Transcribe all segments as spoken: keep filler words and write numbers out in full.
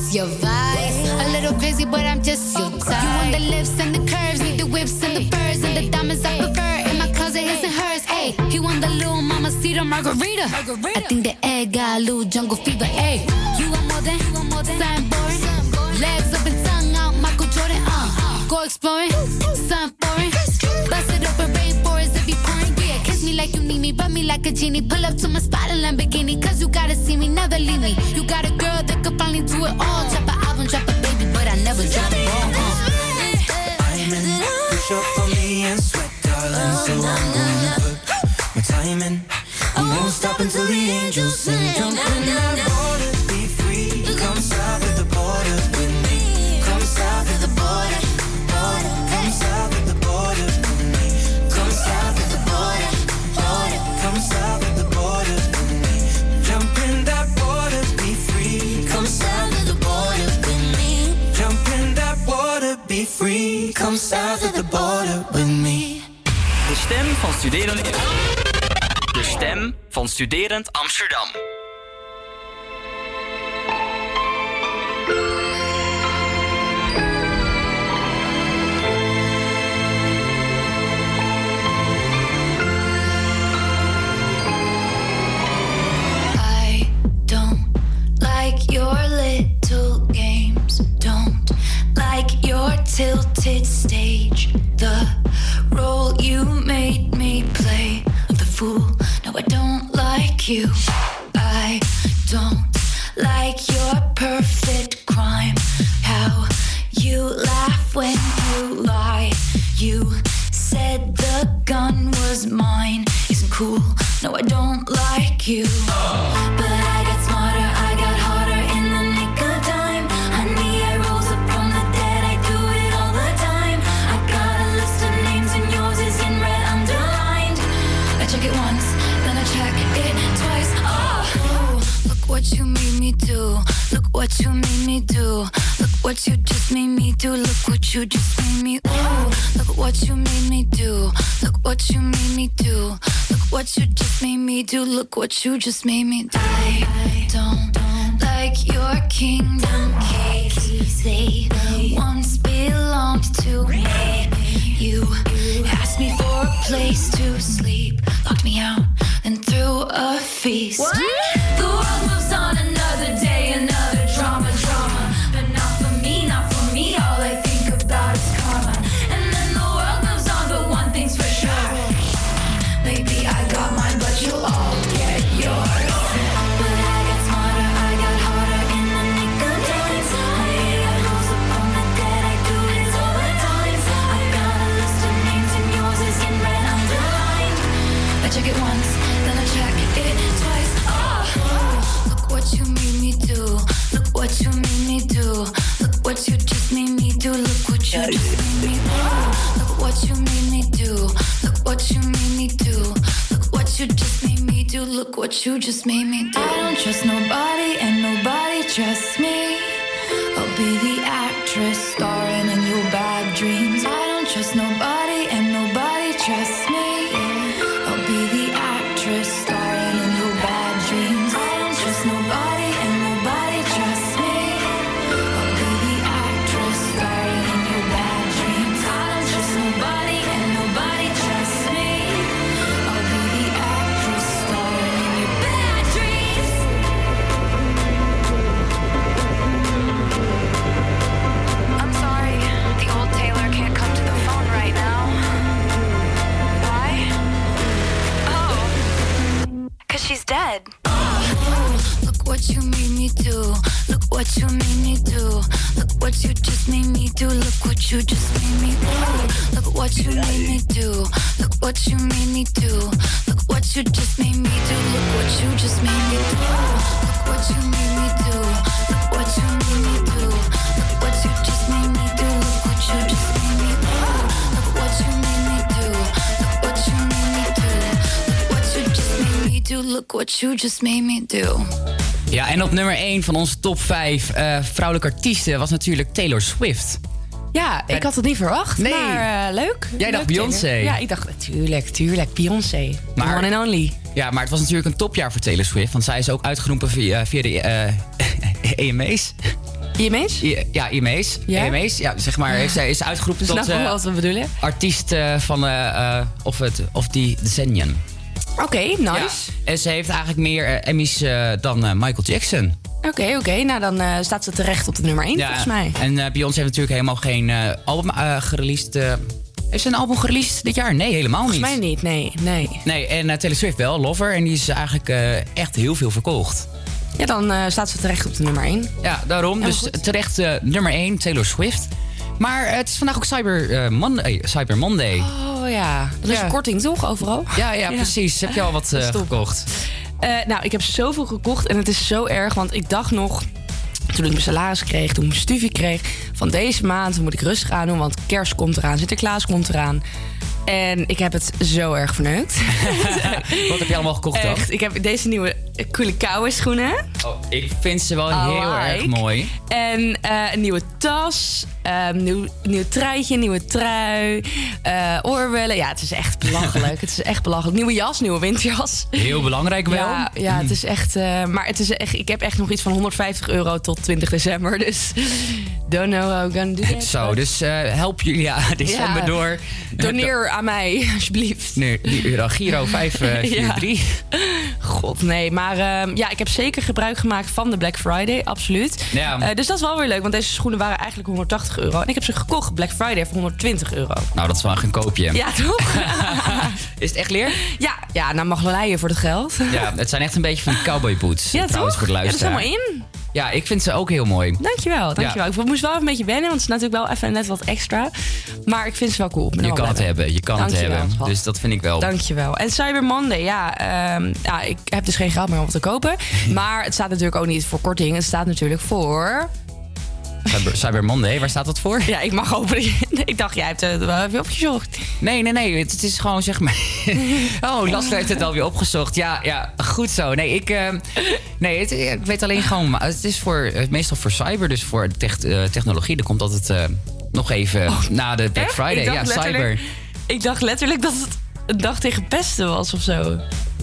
your vice. A little crazy, but I'm just your type. You want the lips and the curves, need the whips and the furs and the diamonds I prefer. In my closet, his and hers. Hey, he want the little mamacita margarita. margarita. I think the egg got a little jungle fever. Hey, you want more than, you want more than something boring. Legs up and tongue out, Michael Jordan. Uh, go exploring, something foreign. Bust it open, rainforest if you pouring. Yeah, kiss me like you need me, rub me like a genie. Pull up to my spot in Lamborghini, cause you gotta see me, never leave me. You got a girl that could finally do it all. Drop an album, drop a baby, but I never drop a ball. Uh. I'm in, push up for me and sweat, darling. So I'm gonna put my time in. I won't stop until the angels sing. Jump in that water, be free. Come south of the border with me. Come south of the border, border. Come south of the border with me. Come south of the border, border. Come south of the border with me. Jump in that water, be free. Come south of the border with me. Jump in that water, be free. Come south of the border with me. De stem van Studerend... De stem van Studerend Amsterdam. I don't like your little games. Don't like your tilted stage. The role you made me play of the fool. No, I don't like you. I don't like your perfect crime. How you laugh when you lie. You said the gun was mine. Isn't cool. No, I don't like you. But I got smarter, I got harder in the nick of time. Honey, I rose up from the dead. I do it all the time. I got a list of names and yours is in red underlined. I check it once, then I check it twice. Oh, look what you made me do. Look what you made me do. Look what you just made me do. Look what you just made me do. Look what you made me do. Look what you made me do. Look what you just made me do. Look what you just made me do. I don't, don't like your kingdom keys. They once belonged to me. You asked me for a place to sleep, locked me out, then threw a feast. What? The world moves on another day, another drama, drama. But not for me, not for me. All I think about is karma. And then the world moves on, but one thing's for sure. Maybe I got mine, but you'll all get yours. But I got smarter, I got harder in the nick of time. Honey, I rose up from the dead. I do it all the time. I got a list of names and yours is in red underlined. I check it once, then I check it twice. Oh, look what you made me do. Look what you made me do. Look what you just made me do. Look what you just made me do. Look what you made me do. Look what you made me do. Look what you just made me do. Look what you just made me do. I don't trust nobody and nobody trusts me. I'll be the actress starring in your bad dreams. I don't trust nobody and nobody trusts me. I'll be the actress starring in your bad dreams. I don't trust nobody and nobody trusts me. I'll be the actress starring in your bad dreams. I don't trust nobody and nobody trusts me. I'll be the actress starring in your bad dreams. I'm sorry, the old Taylor can't come to the phone right now. Why? Oh, 'cause she's dead. Look what you made me do. Look what you made me do. Look what you just made me do. Look what you just made me do. Look what you made me do. Look what you made me do. Look what you just made me do. Look what you just made me do. Look what you made me do. Look what you made me do. Look what you just made me do. Look what you just made me do. Look what you made me do. Look what you made me do. Look what you just made me do. Look what you just made me do. Ja, en op nummer één van onze top vijf uh, vrouwelijke artiesten was natuurlijk Taylor Swift. Ja, ik had het niet verwacht, nee. maar uh, leuk. Jij leuk dacht Beyoncé. Ja, ik dacht natuurlijk, tuurlijk, Beyoncé. Maar, one and only. Ja, maar het was natuurlijk een topjaar voor Taylor Swift. Want zij is ook uitgeroepen via, via de uh, E M A's. I M E's? I- ja, I M E's. Ja? I M E's, ja, zeg maar, heeft zij is uitgeroepen Snap tot je uh, wat we bedoelen? artiest uh, van uh, uh, of, het, of die decennium. Oké, okay, nice. Ja. En ze heeft eigenlijk meer uh, Emmys uh, dan uh, Michael Jackson. Oké, okay, oké. Okay. Nou, dan uh, staat ze terecht op de nummer één, ja, volgens mij. En uh, Beyoncé heeft natuurlijk helemaal geen uh, album uh, gereleased. Uh, heeft ze een album gereleased dit jaar? Nee, helemaal niet. Volgens mij niet, nee. Nee, nee en uh, Taylor Swift wel, Lover. En die is eigenlijk uh, echt heel veel verkocht. Ja, dan uh, staat ze terecht op de nummer één. Ja, daarom. Ja, dus goed. Terecht uh, nummer één, Taylor Swift. Maar uh, het is vandaag ook Cyber, uh, Monday, Cyber Monday. Oh ja, dat is ja. een korting toch, overal? Ja, ja, ja. precies. Heb je al wat uh, gekocht? Uh, nou, ik heb zoveel gekocht en het is zo erg, want ik dacht nog... Toen ik mijn salaris kreeg, toen ik mijn studie kreeg... van deze maand moet ik rustig aan doen, want kerst komt eraan, Sinterklaas komt eraan... En ik heb het zo erg verneukt. Wat heb je allemaal gekocht dan? Echt, ik heb deze nieuwe Kulikauwe schoenen. Oh, ik vind ze wel I heel like. erg mooi. En uh, een nieuwe tas, um, nieuw, nieuw truitje, nieuwe trui, uh, oorbellen. Ja, het is echt belachelijk. Het is echt belachelijk. Nieuwe jas, nieuwe winterjas. Heel belangrijk wel. Ja, ja het is echt... Uh, maar het is echt, ik heb echt nog iets van honderdvijftig euro tot twintig december. Dus don't know how I'm gonna do that. Zo, dus uh, help jullie ja, december ja, door. Doneer aan mij, alsjeblieft. Nee, Giro vijf vier drie. Ja. God, nee. Maar uh, ja, ik heb zeker gebruik gemaakt van de Black Friday, absoluut. Ja. Uh, dus dat is wel weer leuk, want deze schoenen waren eigenlijk honderdtachtig euro. En ik heb ze gekocht Black Friday voor honderdtwintig euro. Nou, dat is wel een koopje. Ja, toch? Is het echt leer? Ja, ja, nou mag leien voor het geld. Ja, het zijn echt een beetje van cowboy boots. Ja, trouwens, toch? Voor de luisteraar. Ja, dat is helemaal in. Ja, ik vind ze ook heel mooi. Dankjewel, dankjewel. Ja. Ik moest wel even een beetje wennen, want het is natuurlijk wel even net wat extra. Maar ik vind ze wel cool. Je kan het hebben, je kan dankjewel, het hebben. Schat. Dus dat vind ik wel. Dankjewel. En Cyber Monday, ja, um, ja, ik heb dus geen geld meer om wat te kopen. Maar het staat natuurlijk ook niet voor korting. Het staat natuurlijk voor... Cyber, Cyber Monday, waar staat dat voor? Ja, ik mag hopen. Ik dacht, jij hebt het wel even opgezocht. Nee, nee, nee. Het, het is gewoon, zeg maar... Oh, Laslo heeft het alweer opgezocht. Ja, ja, goed zo. Nee, ik... Uh, nee, het, ik weet alleen gewoon... Het is voor, meestal voor cyber, dus voor tech, uh, technologie. Dan komt altijd uh, nog even oh, na de Black Friday. Ja, cyber. Ik dacht letterlijk dat het een dag tegen pesten was of zo.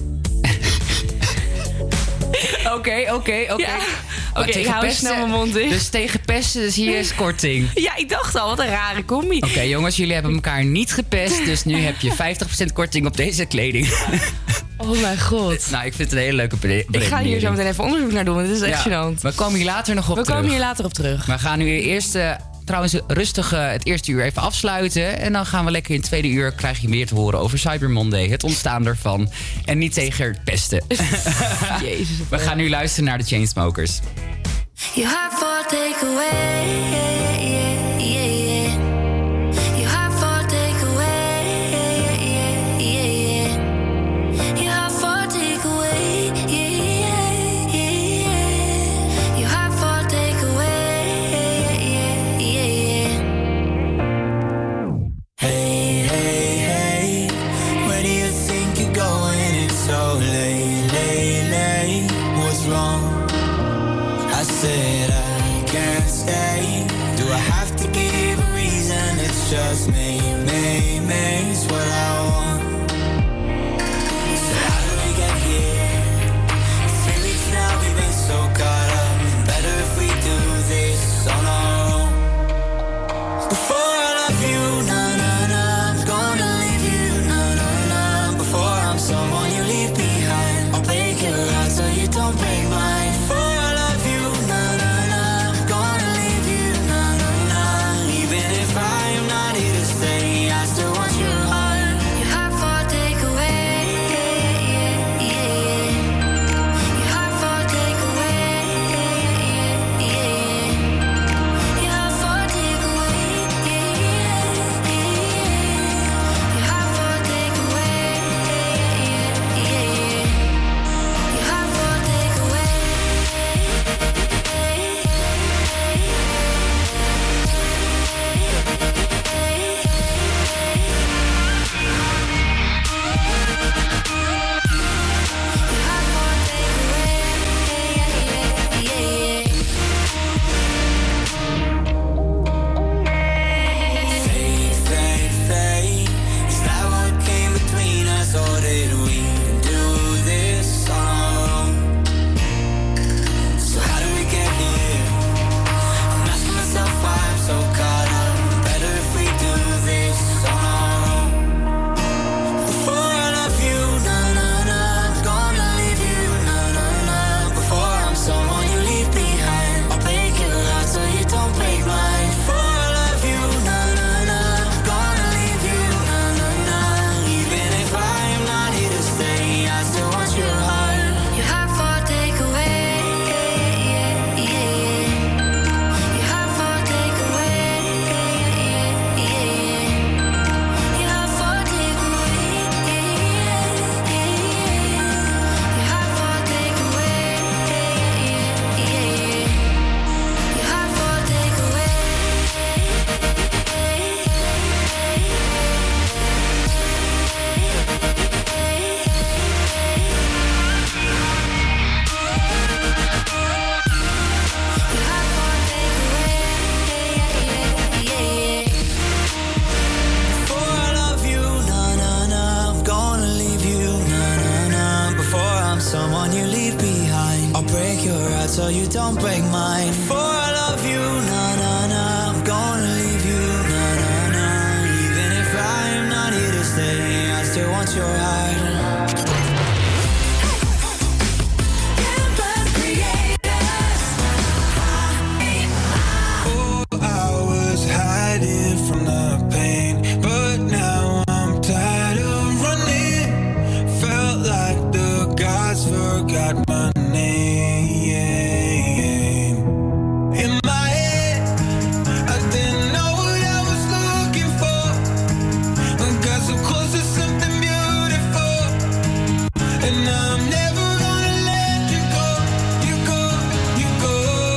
Oké, oké, oké. Oké, ik hou pesten, snel mijn mond dicht. Dus tegen pesten, dus hier is korting. Ja, ik dacht al, wat een rare combi. Oké, okay, jongens, jullie hebben elkaar niet gepest. Dus nu heb je vijftig procent korting op deze kleding. Oh mijn god. Nou, ik vind het een hele leuke bericht. Ik ga hier zo meteen even onderzoek naar doen, want dit is echt ja, gênant. We komen hier later nog op we terug. We komen hier later op terug. We gaan nu eerst... Uh, Trouwens, rustig uh, het eerste uur even afsluiten. En dan gaan we lekker in het tweede uur... krijg je meer te horen over Cyber Monday. Het ontstaan ervan. En niet tegen het pesten. Jezus. We gaan nu luisteren naar de Chainsmokers. You have for takeaway, yeah, yeah, yeah, yeah. You have for takeaway, yeah, yeah, yeah, yeah. You have for takeaway, yeah, yeah, yeah. You have for takeaway, yeah, yeah, yeah. Hey, hey, hey, where do you think you're going? It's so late, late, late. What's wrong? I said I can't stand don't break mine. For I love you, na na na. I'm gonna leave you, na na na. Even if I'm not here to stay, I still want your heart. From the pain, but now I'm tired of running. Felt like the gods forgot my name. In my head, I didn't know what I was looking for. I got so close to something beautiful, and I'm never gonna let you go. You go, you go.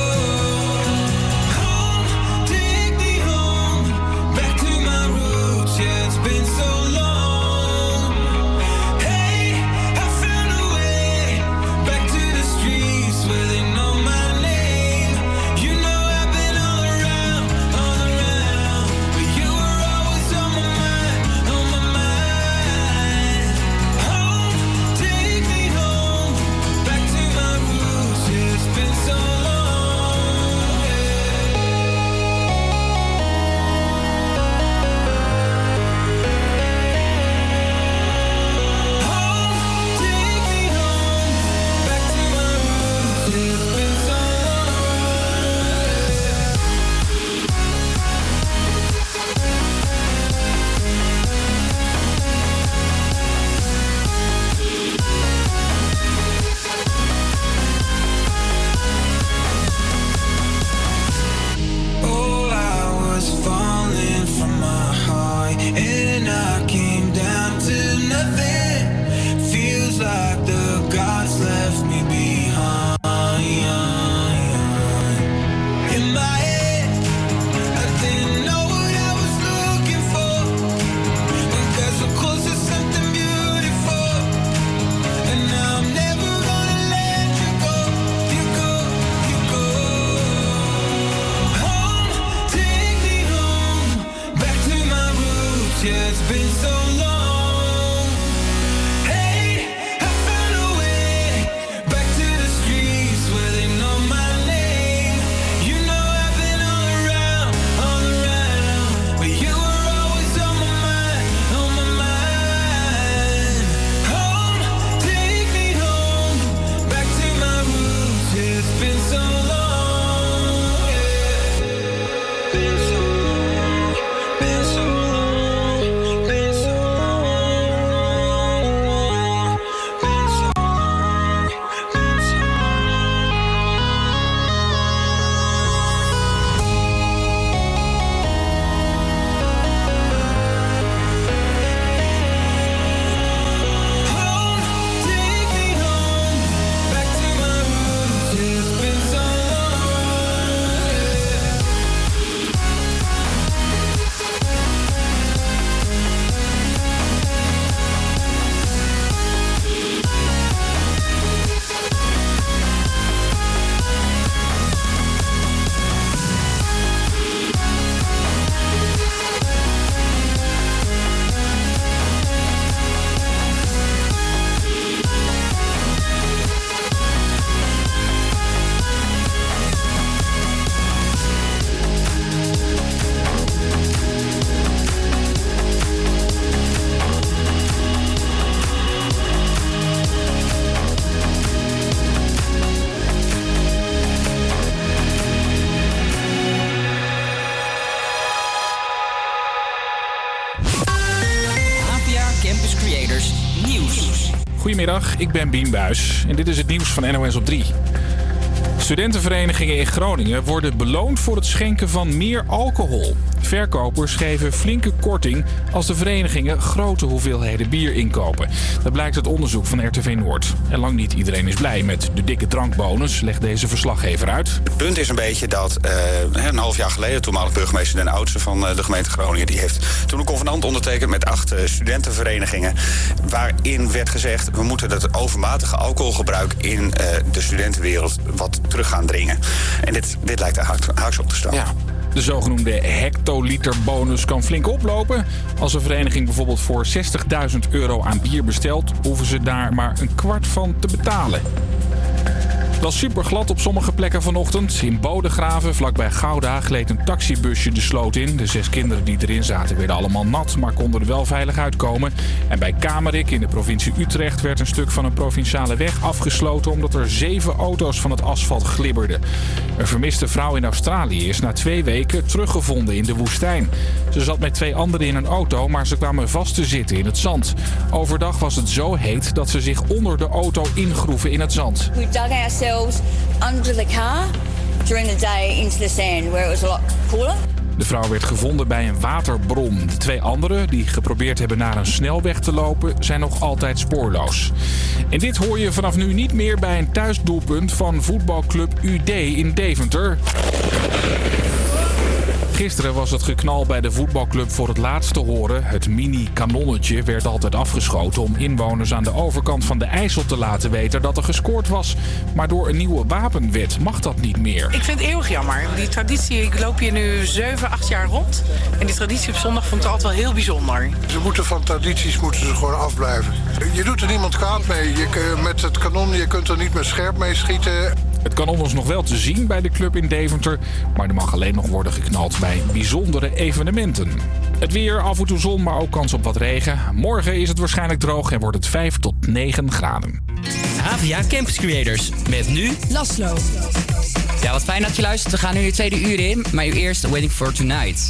Home, take me home. Back to my roots, yeah, it's been so long. Hey, I found a way back to the streets where they know my name. You know I've been all around, all around, but you were always on my mind, on my mind. Home, take me home, back to my roots, yeah, it's been so long. Oh, I was falling from my high, and I came down to nothing. Feels like the gods left me behind. In my head, I didn't know what I was looking for. I got so close to something beautiful, and now I'm never gonna let you go. You go, you go. Home, take me home, back to my roots. Yeah, it's been so long. Hey, I found a way back to the streets where they know my name. You know I've been all around, all around, but you were always on my mind, on my mind. Home, take me home, back to my roots. Yeah, it's been so long. Yeah. Been so long, been so long, been so long, been so long, been so Home, take me home, back to my roots. Yeah, it's been so long. Campus Creators Nieuws. Goedemiddag, ik ben Bien Buijs en dit is het nieuws van N O S op drie. Studentenverenigingen in Groningen worden beloond voor het schenken van meer alcohol. Verkopers geven flinke korting als de verenigingen grote hoeveelheden bier inkopen. Dat blijkt uit onderzoek van R T V Noord. En lang niet iedereen is blij met de dikke drankbonus, legt deze verslaggever uit. Het punt is een beetje dat uh, een half jaar geleden, toenmalig burgemeester Den Oudse van uh, de gemeente Groningen, die heeft toen een convenant ondertekend met acht uh, studentenverenigingen, waarin werd gezegd, we moeten het overmatige alcoholgebruik in uh, de studentenwereld wat terug gaan dringen. En dit, dit lijkt er haaks op te staan. Ja. De zogenoemde hectoliterbonus kan flink oplopen. Als een vereniging bijvoorbeeld voor zestigduizend euro aan bier bestelt, hoeven ze daar maar een kwart van te betalen. Het was super glad op sommige plekken vanochtend. In Bodegraven, vlakbij Gouda, gleed een taxibusje de sloot in. De zes kinderen die erin zaten werden allemaal nat, maar konden er wel veilig uitkomen. En bij Kamerik in de provincie Utrecht werd een stuk van een provinciale weg afgesloten omdat er zeven auto's van het asfalt glibberden. Een vermiste vrouw in Australië is na twee weken teruggevonden in de woestijn. Ze zat met twee anderen in een auto, maar ze kwamen vast te zitten in het zand. Overdag was het zo heet dat ze zich onder de auto ingroeven in het zand. We dug ourselves under the car during the day into the sand where it was a lot cooler. De vrouw werd gevonden bij een waterbron. De twee anderen, die geprobeerd hebben naar een snelweg te lopen, zijn nog altijd spoorloos. En dit hoor je vanaf nu niet meer bij een thuisdoelpunt van voetbalclub U D in Deventer. Gisteren was het geknal bij de voetbalclub voor het laatst te horen. Het mini-kanonnetje werd altijd afgeschoten om inwoners aan de overkant van de IJssel te laten weten dat er gescoord was. Maar door een nieuwe wapenwet mag dat niet meer. Ik vind het eeuwig jammer. Die traditie, ik loop hier nu zeven, acht jaar rond. En die traditie op zondag vond ik altijd wel heel bijzonder. Ze moeten van tradities moeten ze gewoon afblijven. Je doet er niemand kwaad mee. Je, met het kanon, je kunt er niet meer scherp mee schieten. Het kanon is nog wel te zien bij de club in Deventer, maar er mag alleen nog worden geknald bij bijzondere evenementen. Het weer, af en toe zon, maar ook kans op wat regen. Morgen is het waarschijnlijk droog en wordt het vijf tot negen graden. H V A Campus Creators, met nu Laszlo. Ja, wat fijn dat je luistert. We gaan nu de tweede uur in, maar u eerst Waiting for Tonight.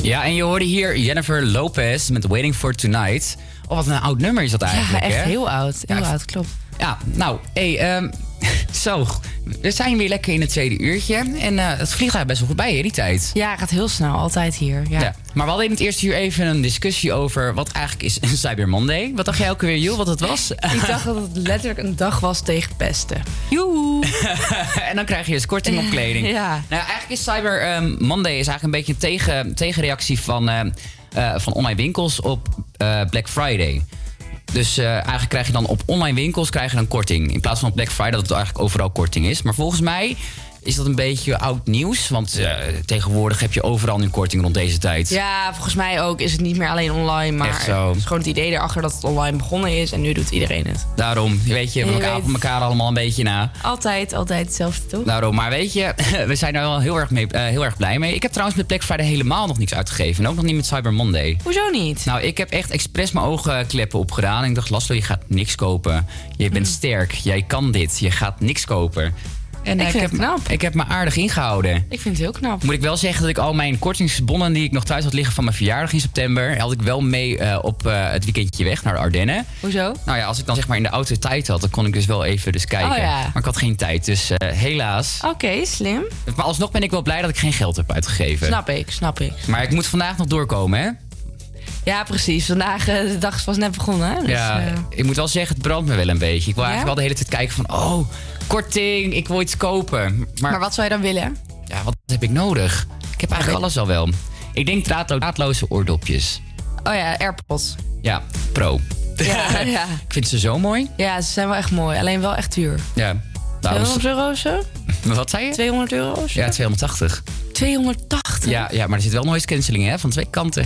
Ja, en je hoorde hier Jennifer Lopez met Waiting for Tonight. Oh, wat een oud nummer is dat eigenlijk, Ja, echt hè? heel oud. Heel Ja, oud, klopt. Ja, nou, hé, hey, um, zo. We zijn weer lekker in het tweede uurtje. En uh, het vliegt eigenlijk best wel voorbij, hè, die tijd. Ja, gaat heel snel. Altijd hier. Ja. Ja. Maar we hadden in het eerste uur even een discussie over wat eigenlijk is een Cyber Monday. Wat dacht jij ook weer, Joel, wat het was? Ik dacht dat het letterlijk een dag was tegen pesten. Joehoe! En dan krijg je dus korting op kleding. Ja. Nou, eigenlijk is Cyber um, Monday is eigenlijk een beetje een tegen, tegenreactie van, uh, uh, van online winkels op uh, Black Friday. Dus uh, eigenlijk krijg je dan op online winkels krijg je dan korting. In plaats van op Black Friday dat het eigenlijk overal korting is. Maar volgens mij is dat een beetje oud nieuws. Want uh, tegenwoordig heb je overal nu korting rond deze tijd. Ja, volgens mij ook is het niet meer alleen online. Maar Echt zo. het is gewoon het idee erachter dat het online begonnen is. En nu doet iedereen het. Daarom, weet je, we Je elkaar, weet- op elkaar allemaal een beetje na. Altijd, altijd hetzelfde, toch? Daarom, maar weet je, we zijn er wel heel erg, mee, uh, heel erg blij mee. Ik heb trouwens met Black Friday helemaal nog niks uitgegeven. En ook nog niet met Cyber Monday. Hoezo niet? Nou, ik heb echt expres mijn oogkleppen opgedaan. En ik dacht, Laszlo, je gaat niks kopen. Je bent sterk, jij kan dit. Je gaat niks kopen. En Ik uh, vind heb, het knap. ik heb me aardig ingehouden. Ik vind het heel knap. Moet ik wel zeggen dat ik al mijn kortingsbonnen die ik nog thuis had liggen van mijn verjaardag in september, had ik wel mee uh, op uh, het weekendje weg naar de Ardennen. Hoezo? Nou ja, als ik dan zeg maar in de auto tijd had, dan kon ik dus wel even dus kijken. Oh ja. Maar ik had geen tijd, dus uh, helaas. Oké, slim. Maar alsnog ben ik wel blij dat ik geen geld heb uitgegeven. Snap ik, snap ik. Maar ik moet vandaag nog doorkomen, hè? Ja, precies. Vandaag, uh, de dag is pas net begonnen. Hè? Dus, ja, uh, ik moet wel zeggen, het brandt me wel een beetje. Ik wil Ja? eigenlijk wel de hele tijd kijken van, oh, korting, ik wil iets kopen. Maar, maar wat zou je dan willen? ja, wat heb ik nodig? Ik heb eigenlijk alles al wel. Ik denk draadlo- draadloze oordopjes. Oh ja, AirPods. Ja, pro. Ja, ja. Ik vind ze zo mooi. Ja, ze zijn wel echt mooi. Alleen wel echt duur. Ja. Daarom- tweehonderd euro of zo? Wat zei je? tweehonderd euro of zo? Ja, tweehonderdtachtig. tweehonderdtachtig? Ja, ja, maar er zit wel noise cancelling, hè, van twee kanten.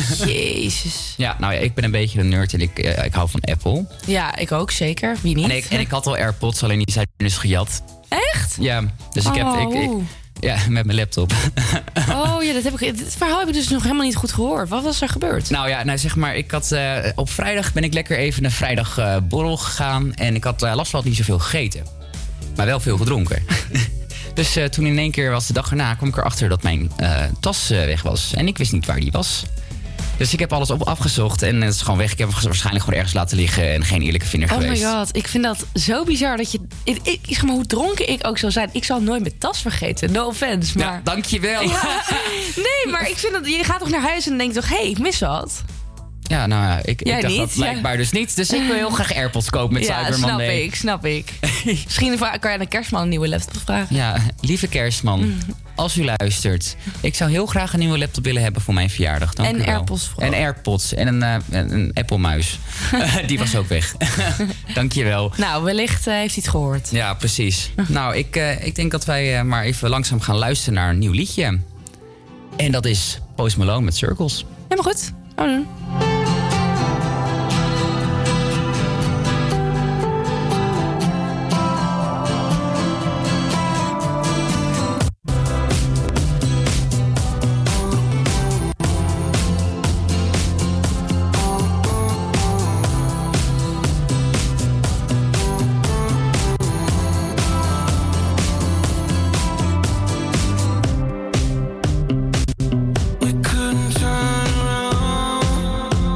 Jezus. Ja, nou ja, ik ben een beetje een nerd en ik, eh, ik hou van Apple. Ja, ik ook, zeker. Wie niet? En ik, en ik had al AirPods, alleen die zijn dus gejat. Echt? Ja, dus ik heb... Oh, Ik, ik, oeh. ja, met mijn laptop. Oh ja, dat heb ik, dit verhaal heb ik dus nog helemaal niet goed gehoord. Wat was er gebeurd? Nou ja, nou zeg maar, ik had, uh, op vrijdag ben ik lekker even een vrijdag uh, borrel gegaan. En ik had uh, last van niet zoveel gegeten. Maar wel veel gedronken. Dus uh, toen in één keer was de dag erna, kwam ik erachter dat mijn uh, tas uh, weg was. En ik wist niet waar die was. Dus ik heb alles op afgezocht en het is gewoon weg. Ik heb hem waarschijnlijk gewoon ergens laten liggen en geen eerlijke vinder Oh geweest. my god, ik vind dat zo bizar dat je... Ik, ik, zeg maar, hoe dronken ik ook zou zijn, ik zal nooit mijn tas vergeten. No offense, maar... Ja, dankjewel. Ja, nee, maar ik vind dat... Je gaat toch naar huis en denkt toch, hé, hey, ik mis wat. Ja, nou ja, ik, Jij ik dacht niet? dat blijkbaar Ja. dus niet. Dus ik wil heel graag AirPods kopen met Ja, Cyber snap Monday. ik, snap ik. Misschien vra- kan je aan de kerstman een nieuwe laptop vragen. Ja, lieve kerstman, Mm. als u luistert. Ik zou heel graag een nieuwe laptop willen hebben voor mijn verjaardag. Dank En u wel. AirPods vooral. En AirPods en een, uh, een Apple-muis. Die was ook weg. Dankjewel. Nou, wellicht uh, heeft hij het gehoord. Ja, precies. Nou, ik, uh, ik denk dat wij uh, maar even langzaam gaan luisteren naar een nieuw liedje. En dat is Post Malone met Circles. Helemaal goed. Gaan we doen. We couldn't turn around.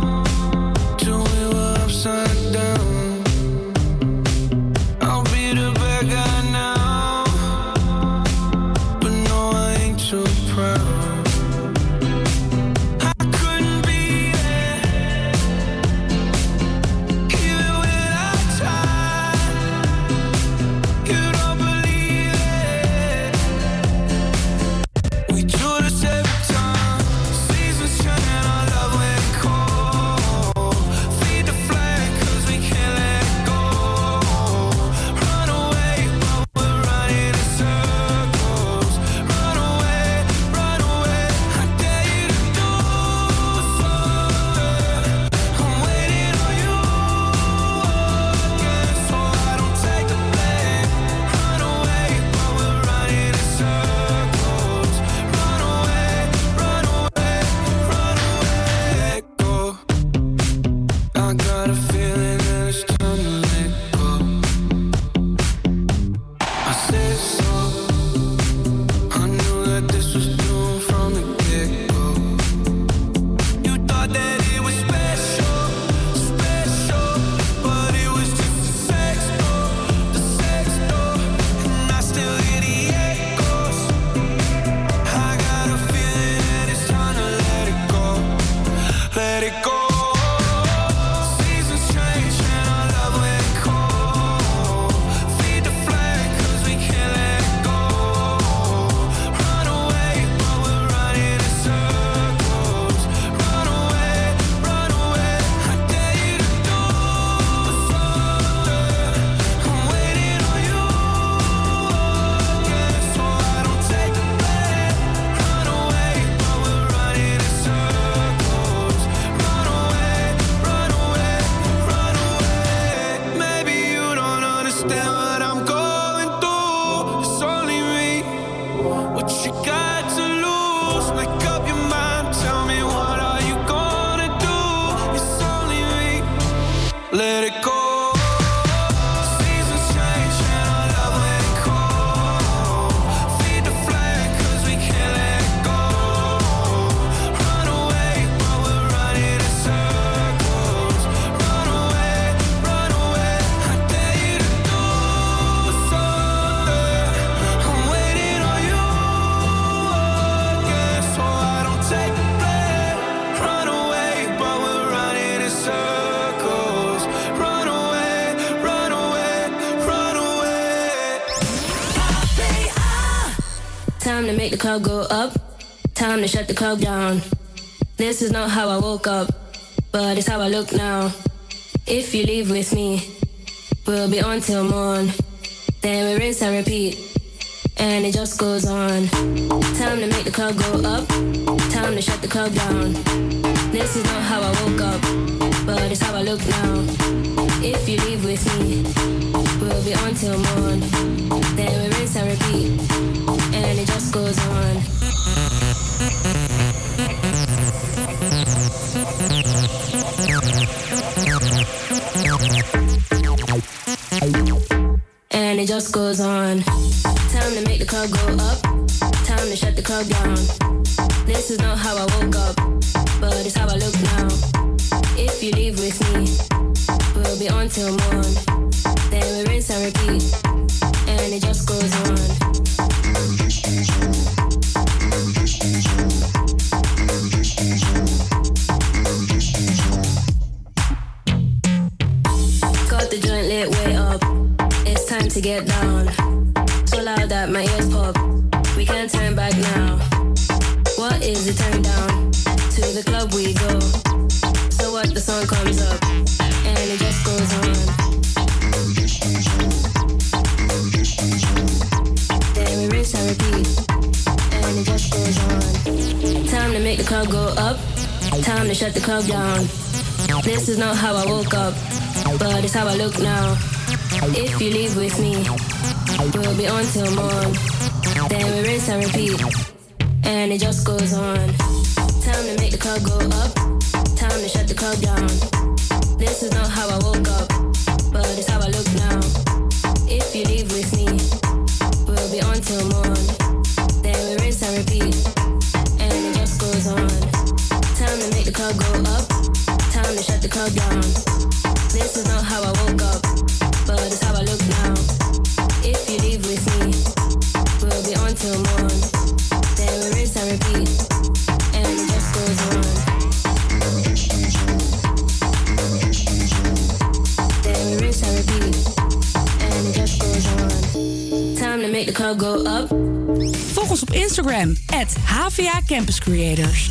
Time to make the club go up. Time to shut the club down. This is not how I woke up, but it's how I look now. If you leave with me, we'll be on till morn. Then we rinse and repeat, and it just goes on. Time to make the club go up. Time to shut the club down. This is not how I woke up, but it's how I look now. If you leave with me, we'll be on till morn. Then we rinse and repeat, and it just goes on. And it just goes on. Time to make the club go up. Time to shut the club down. This is not how I woke up, but it's how I look now. If you leave with me, we'll be on till morn. Then we rinse and repeat, and it just goes on. Got the joint lit way up. It's time to get down. So loud that my ears pop. We can't turn back now. What is it? Turn down. To the club we go. So what? The song comes up, and it just goes on. Then we rinse and repeat, and it just goes on. Time to make the club go up. Time to shut the club down. This is not how I woke up, but it's how I look now. If you leave with me, we'll be on till morn. Then we rinse and repeat, and it just goes on. Time to make the club go up. Time to shut the club down. This is not how I woke up, but it's how I look now. If you leave with me, we'll be on till morn. Then we rinse and repeat, and it just goes on. Time to make the club go up. Time to shut the club down. This is not how I woke up, but it's how I look now. If you leave with me, we'll be on till morn. Then we rinse and repeat, and it just goes on. Then we rinse and repeat, and it just goes on. Time to make the club go up. Volg ons op Instagram, at H V A Campus Creators.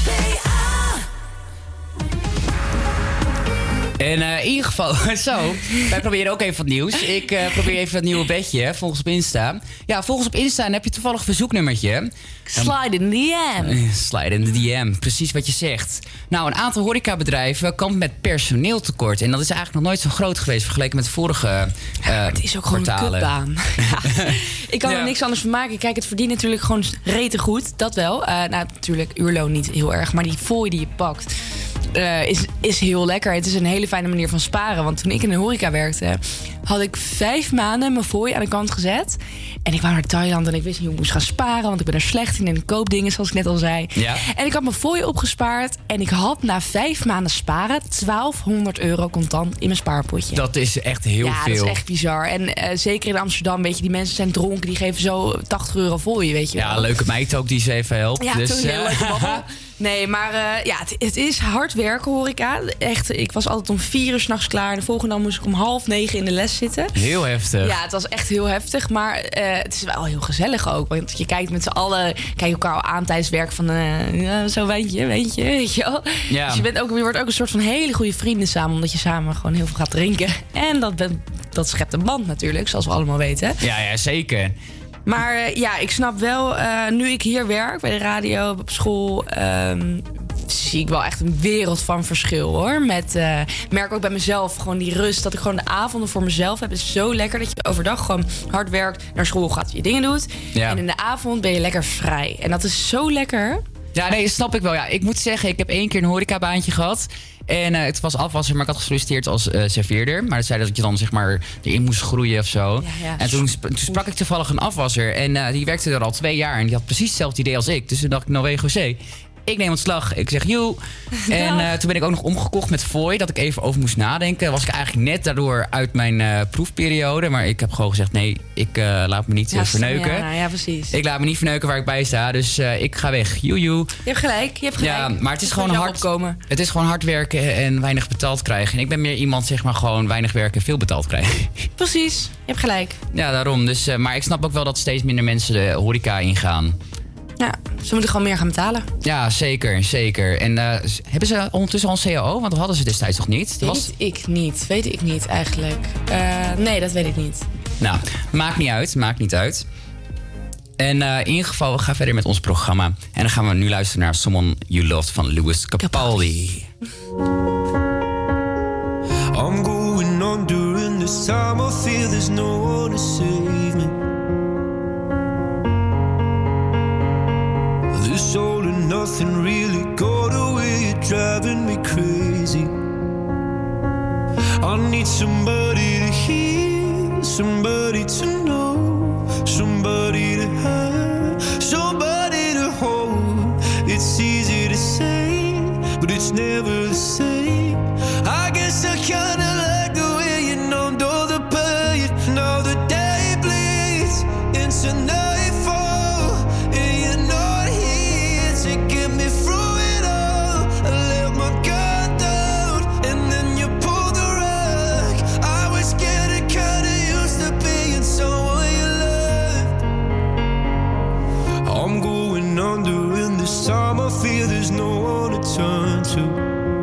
En uh, in ieder geval, zo, wij proberen ook even wat nieuws. Ik uh, probeer even het nieuwe bedje, volg ons op Insta. Ja, volg ons op Insta en heb je toevallig een verzoeknummertje. Slide in the D M. Slide in de D M, precies wat je zegt. Nou, een aantal horecabedrijven kampt met personeeltekort. En dat is eigenlijk nog nooit zo groot geweest vergeleken met de vorige uh, ja, het is ook gewoon kwartalen. een kutbaan. Ja. Ik kan Ja. er niks anders van maken. Kijk, het verdient natuurlijk gewoon rete goed. Dat wel. Uh, nou, natuurlijk uurloon niet heel erg. Maar die fooi die je pakt uh, is, is heel lekker. Het is een hele fijne manier van sparen. Want toen ik in de horeca werkte, had ik vijf maanden mijn fooi aan de kant gezet. En ik wou naar Thailand en ik wist niet hoe ik moest gaan sparen. Want ik ben er slecht in en ik koop dingen, zoals ik net al zei. Ja. En ik had mijn fooi opgespaard. En ik had na vijf maanden sparen twaalfhonderd euro contant in mijn spaarpotje. Dat is echt heel ja, veel. Ja, dat is echt bizar. En uh, zeker in Amsterdam, weet je, die mensen zijn dronken. Die geven zo tachtig euro voor je, weet je Ja, wel. leuke meid ook die ze even helpt. Ja, dus, toen een heel uh, leuke babbel. Nee, maar uh, ja, het, het is hard werken, horeca. Echt, ik was altijd om vier uur 's nachts klaar. En de volgende dag moest ik om half negen in de les zitten. Heel heftig. Ja, het was echt heel heftig. Maar uh, het is wel heel gezellig ook. Want je kijkt met z'n allen, kijk elkaar al aan tijdens werk van uh, ja, zo wijntje, wijntje, weet je wel. Ja. Dus je, bent ook, je wordt ook een soort van hele goede vrienden samen. Omdat je samen gewoon heel veel gaat drinken. En dat, ben, dat schept een band natuurlijk, zoals we allemaal weten. Ja, ja, zeker. Maar uh, ja, ik snap wel, uh, nu ik hier werk, bij de radio, op school, um, zie ik wel echt een wereld van verschil, hoor. Met, uh, merk ook bij mezelf, gewoon die rust, dat ik gewoon de avonden voor mezelf heb. Het is zo lekker dat je overdag gewoon hard werkt, naar school gaat, je dingen doet. Ja. En in de avond ben je lekker vrij. En dat is zo lekker. Ja, nee, snap ik wel. Ja, ik moet zeggen, ik heb één keer een horecabaantje gehad. En uh, het was afwasser, maar ik had gesolliciteerd als uh, serveerder. Maar dat zei dat je dan zeg maar erin moest groeien of zo. Ja, ja. En toen, sp- toen sprak ik toevallig een afwasser. En uh, die werkte er al twee jaar. En die had precies hetzelfde idee als ik. Dus toen dacht ik, nou, José, ik neem ontslag. Ik zeg joe. En uh, toen ben ik ook nog omgekocht met fooi. Dat ik even over moest nadenken. Was ik eigenlijk net daardoor uit mijn uh, proefperiode. Maar ik heb gewoon gezegd, nee, ik uh, laat me niet uh, ja, verneuken. Ja, ja, precies. Ik laat me niet verneuken waar ik bij sta. Dus uh, ik ga weg. Joe, joe. Je hebt gelijk, je hebt gelijk. Ja, maar het is, het gewoon hard opkomen. Het is gewoon hard werken en weinig betaald krijgen. En ik ben meer iemand, zeg maar, gewoon weinig werken en veel betaald krijgen. Precies, je hebt gelijk. Ja, daarom. Dus, uh, maar ik snap ook wel dat steeds minder mensen de horeca ingaan. Ja, ze moeten gewoon meer gaan betalen. Ja, zeker, zeker. En uh, hebben ze ondertussen al een C A O? Want dat hadden ze destijds nog niet. Weet was... ik niet, weet ik niet eigenlijk. Uh, nee, dat weet ik niet. Nou, maakt niet uit, maakt niet uit. En uh, in ieder geval, we gaan verder met ons programma. En dan gaan we nu luisteren naar Someone You Loved van Lewis Capaldi. I'm going on during this time. I feel there's no one to save me. This all and nothing really got away. You're driving me crazy. I need somebody to hear, somebody to know, somebody to have, somebody to hold. It's easy to say, but it's never the same. I guess I kinda like the way you numbed all the pain. Now the day bleeds into nightfall, and you're not here to get me through it all. I let my guard down, and then you pulled the rug. I was getting kinda used to being someone you loved. I'm going under in this time. I feel there's no one to turn to.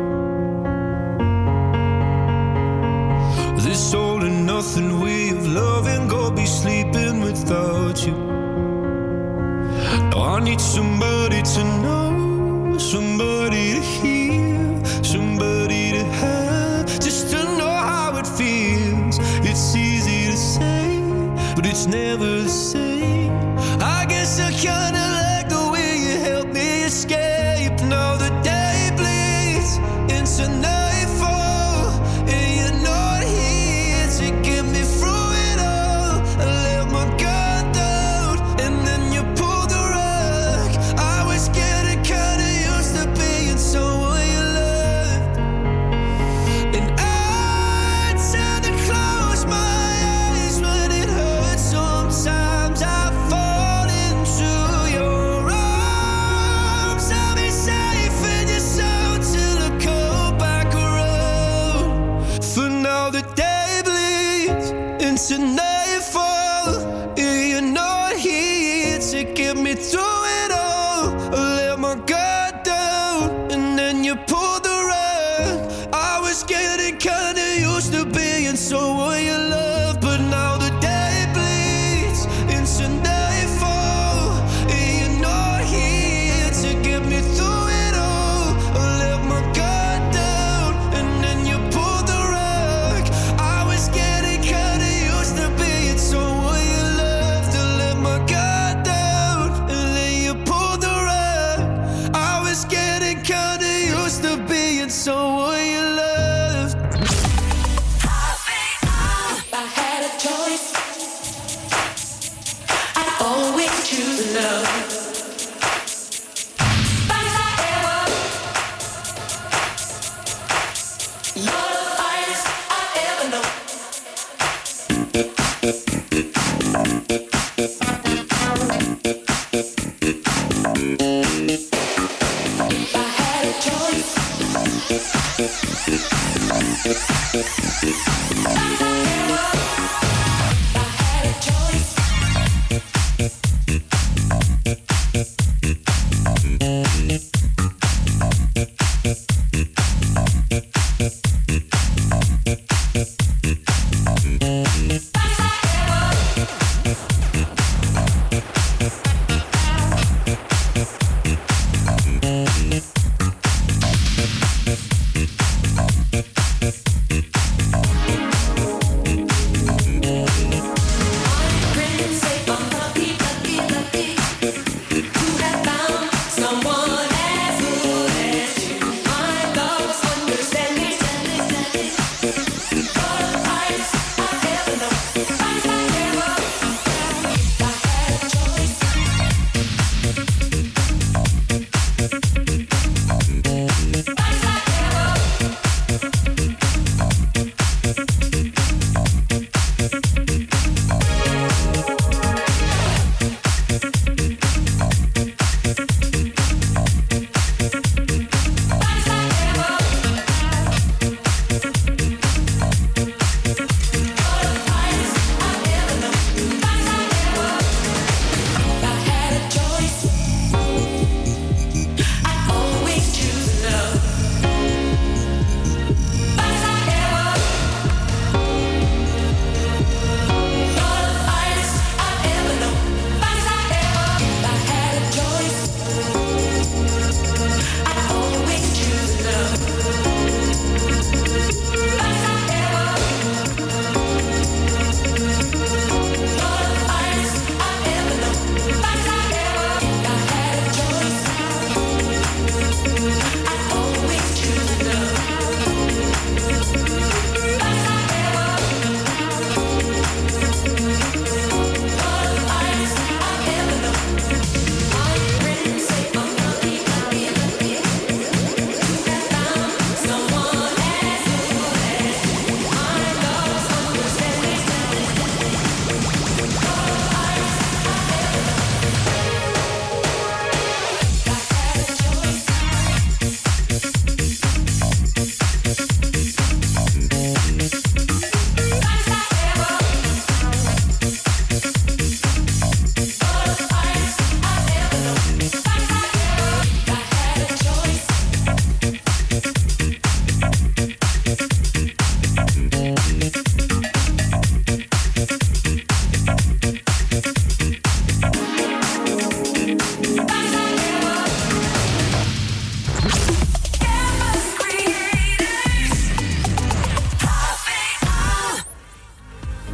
This all and nothing way of loving, go be sleeping without you. Now I need somebody to know, somebody to hear, somebody to have, just to know how it feels. It's easy to say, but it's never the same. I guess I kinda like the way you help me escape. Now the day bleeds into nightfall, and you're not here to get me through it all. I let my guard down, and then you pulled the rug. I was getting kinda used to being someone you loved, and I tend to close my eyes when it hurts. Sometimes I fall into your arms. I'll be safe in your soul till I come back around. For now the day bleeds into nightfall, and you're not here to get me through it all. I let my guard down, and then you pulled the rug. I was getting kinda used to being someone you love, but now the day bleeds into nightfall, and you're not here to get me through it all. I let my guard down, and then you pulled the rug. I was getting kinda used to being someone you loved. I let my guard down, and then you pulled the rug. I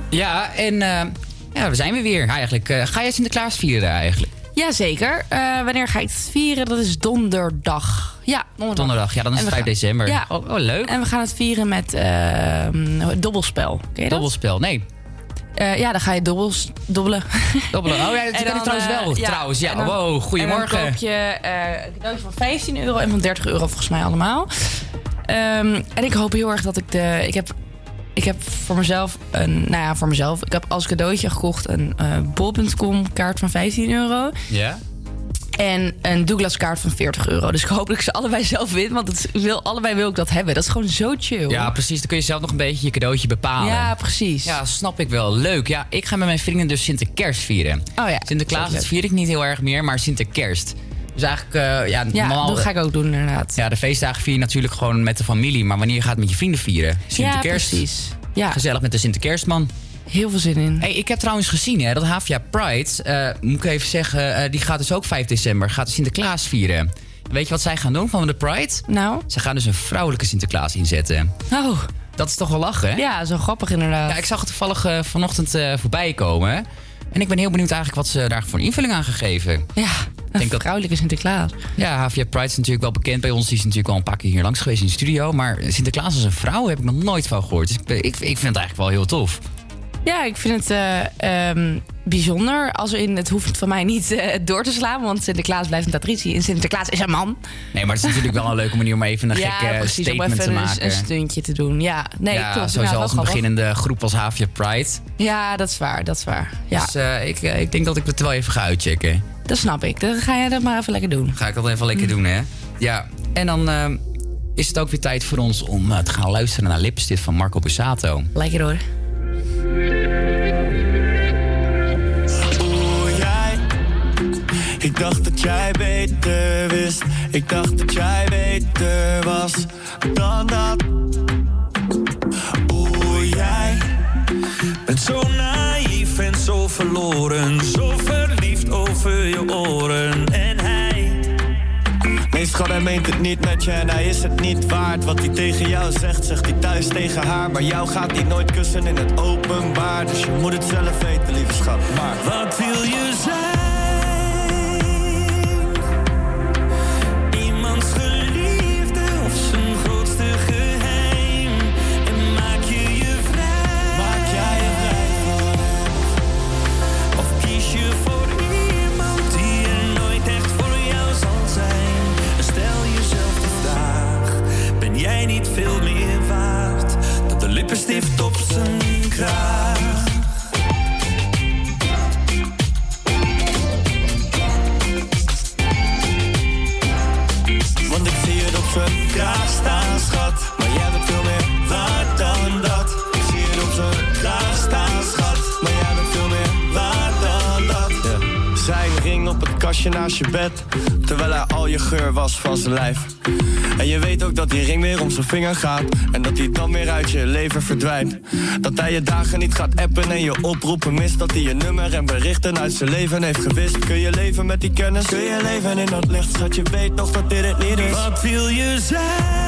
Ja, en uh, ja, we zijn weer weer eigenlijk. Uh, ga jij Sinterklaas vieren eigenlijk? Jazeker. Uh, wanneer ga ik het vieren? Dat is donderdag. Ja, donderdag. Donderdag, ja, dan is het vijf december. Ja. Oh, oh, leuk. En we gaan het vieren met uh, dobbelspel. Ken je dat? Dobbelspel, nee. Uh, ja, dan ga je dobbels, dobbelen. Dobbelen, oh ja, dat kan ik trouwens wel. Uh, ja, trouwens, ja, dan, wow, goedemorgen. En dan koop je uh, een cadeautje van vijftien euro en van dertig euro volgens mij allemaal. Um, en ik hoop heel erg dat ik de... Ik heb, ik heb voor mezelf, een, nou ja, voor mezelf... Ik heb als cadeautje gekocht een uh, bol punt com kaart van vijftien euro. Ja. En een Douglas kaart van veertig euro. Dus ik hoop dat ik ze allebei zelf win. Want het wil, allebei wil ik dat hebben. Dat is gewoon zo chill. Ja, precies. Dan kun je zelf nog een beetje je cadeautje bepalen. Ja, precies. Ja, snap ik wel. Leuk. Ja, ik ga met mijn vrienden dus Sinterkerst vieren. Oh ja. Sinterklaas dat vier ik niet heel erg meer, maar Sinterkerst. Dus eigenlijk, uh, ja... Ja, normaal, dat ga ik ook doen inderdaad. Ja, de feestdagen vier je natuurlijk gewoon met de familie. Maar wanneer je gaat met je vrienden vieren? Sinterkerst. Ja, precies. Ja. Gezellig met de Sinterkerstman. Heel veel zin in. Hey, ik heb trouwens gezien hè, dat Havia Pride, uh, moet ik even zeggen, uh, die gaat dus ook vijf december, gaat de Sinterklaas vieren. Weet je wat zij gaan doen van de Pride? Nou? Ze gaan dus een vrouwelijke Sinterklaas inzetten. Oh. Dat is toch wel lachen, hè? Ja, zo grappig inderdaad. Ja, ik zag het toevallig uh, vanochtend uh, voorbij komen. En ik ben heel benieuwd eigenlijk wat ze daar voor een invulling aan gegeven. Ja, een denk vrouwelijke dat... Sinterklaas. Ja, Havia Pride is natuurlijk wel bekend bij ons. Die is natuurlijk al een paar keer hier langs geweest in de studio. Maar Sinterklaas als een vrouw heb ik nog nooit van gehoord. Dus ik, ik, ik vind het eigenlijk wel heel tof. Ja, ik vind het uh, um, bijzonder. Als in, het hoeft van mij niet uh, door te slaan. Want Sinterklaas blijft een traditie. En Sinterklaas is een man. Nee, maar het is natuurlijk wel een leuke manier om even een ja, gekke precies, statement om even te maken. Een, een stuntje te doen. Ja, nee, ja, klopt. sowieso ja, als een grappig. beginnende groep als Havia Pride. Ja, dat is waar. Dat is waar. Ja. Dus uh, ik, uh, ik denk dat ik het wel even ga uitchecken. Dat snap ik. Dan ga jij dat maar even lekker doen. Ga ik dat even lekker mm. doen, hè? Ja, en dan uh, is het ook weer tijd voor ons om uh, te gaan luisteren naar Lipstift van Marco Borsato. Lekker hoor. Ik dacht dat jij beter wist. Ik dacht dat jij beter was dan dat. Oeh, jij bent zo naïef en zo verloren. Zo verliefd over je oren. En hij... Nee, schat, hij meent het niet met je en hij is het niet waard. Wat hij tegen jou zegt, zegt hij thuis tegen haar. Maar jou gaat hij nooit kussen in het openbaar. Dus je moet het zelf weten, lieve schat. Maar wat wil je zijn? Veel meer waard dan de lippenstift op zijn kraag. Want ik zie het op zijn kraag staan, schat. Maar jij bent veel meer waard dan dat. Ik zie het op zijn kraag staan, schat. Maar jij bent veel meer waard dan dat. Ja. Zijn ring op het kastje naast je bed, terwijl hij al je geur was van zijn lijf. En je weet ook dat die ring weer om zijn vinger gaat. En dat hij dan weer uit je leven verdwijnt. Dat hij je dagen niet gaat appen en je oproepen mist. Dat hij je nummer en berichten uit zijn leven heeft gewist. Kun je leven met die kennis? Kun je leven in dat licht? Schat, je weet nog dat dit het niet is. Wat wil je zijn?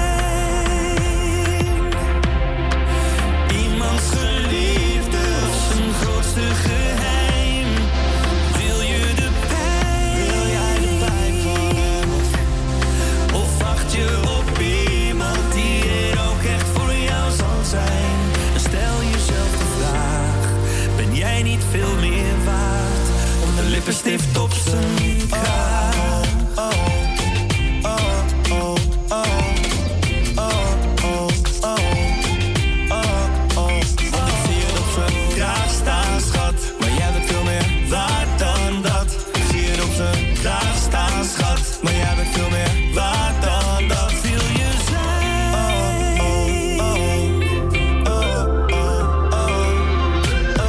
Iemands geliefde of zijn grootste geheim? Wil je de pijn? Wil jij de pijn van hem? Of wacht je op iemand die er ook echt voor jou zal zijn? En stel jezelf de vraag, ben jij niet veel meer waard dan de lippenstift op zijn kraag? Oh, oh, oh, oh, oh, oh, oh, oh, oh. Want ik zie je op zijn kraag staan, schat. Maar jij bent veel meer waard dan dat. Ik zie je op zijn kraag staan, schat. Maar jij bent veel meer waard dan dat. Wil je zijn? Oh, oh, oh, oh, oh, oh,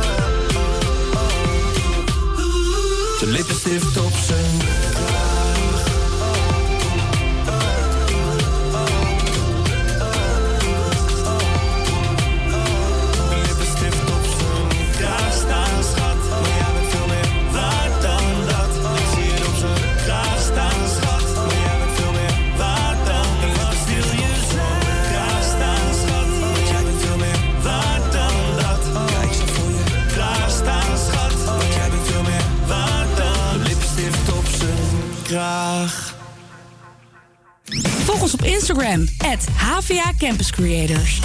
oh. De lippenstift op zijn graag. Volg ons op Instagram, at H V A Campus Creators.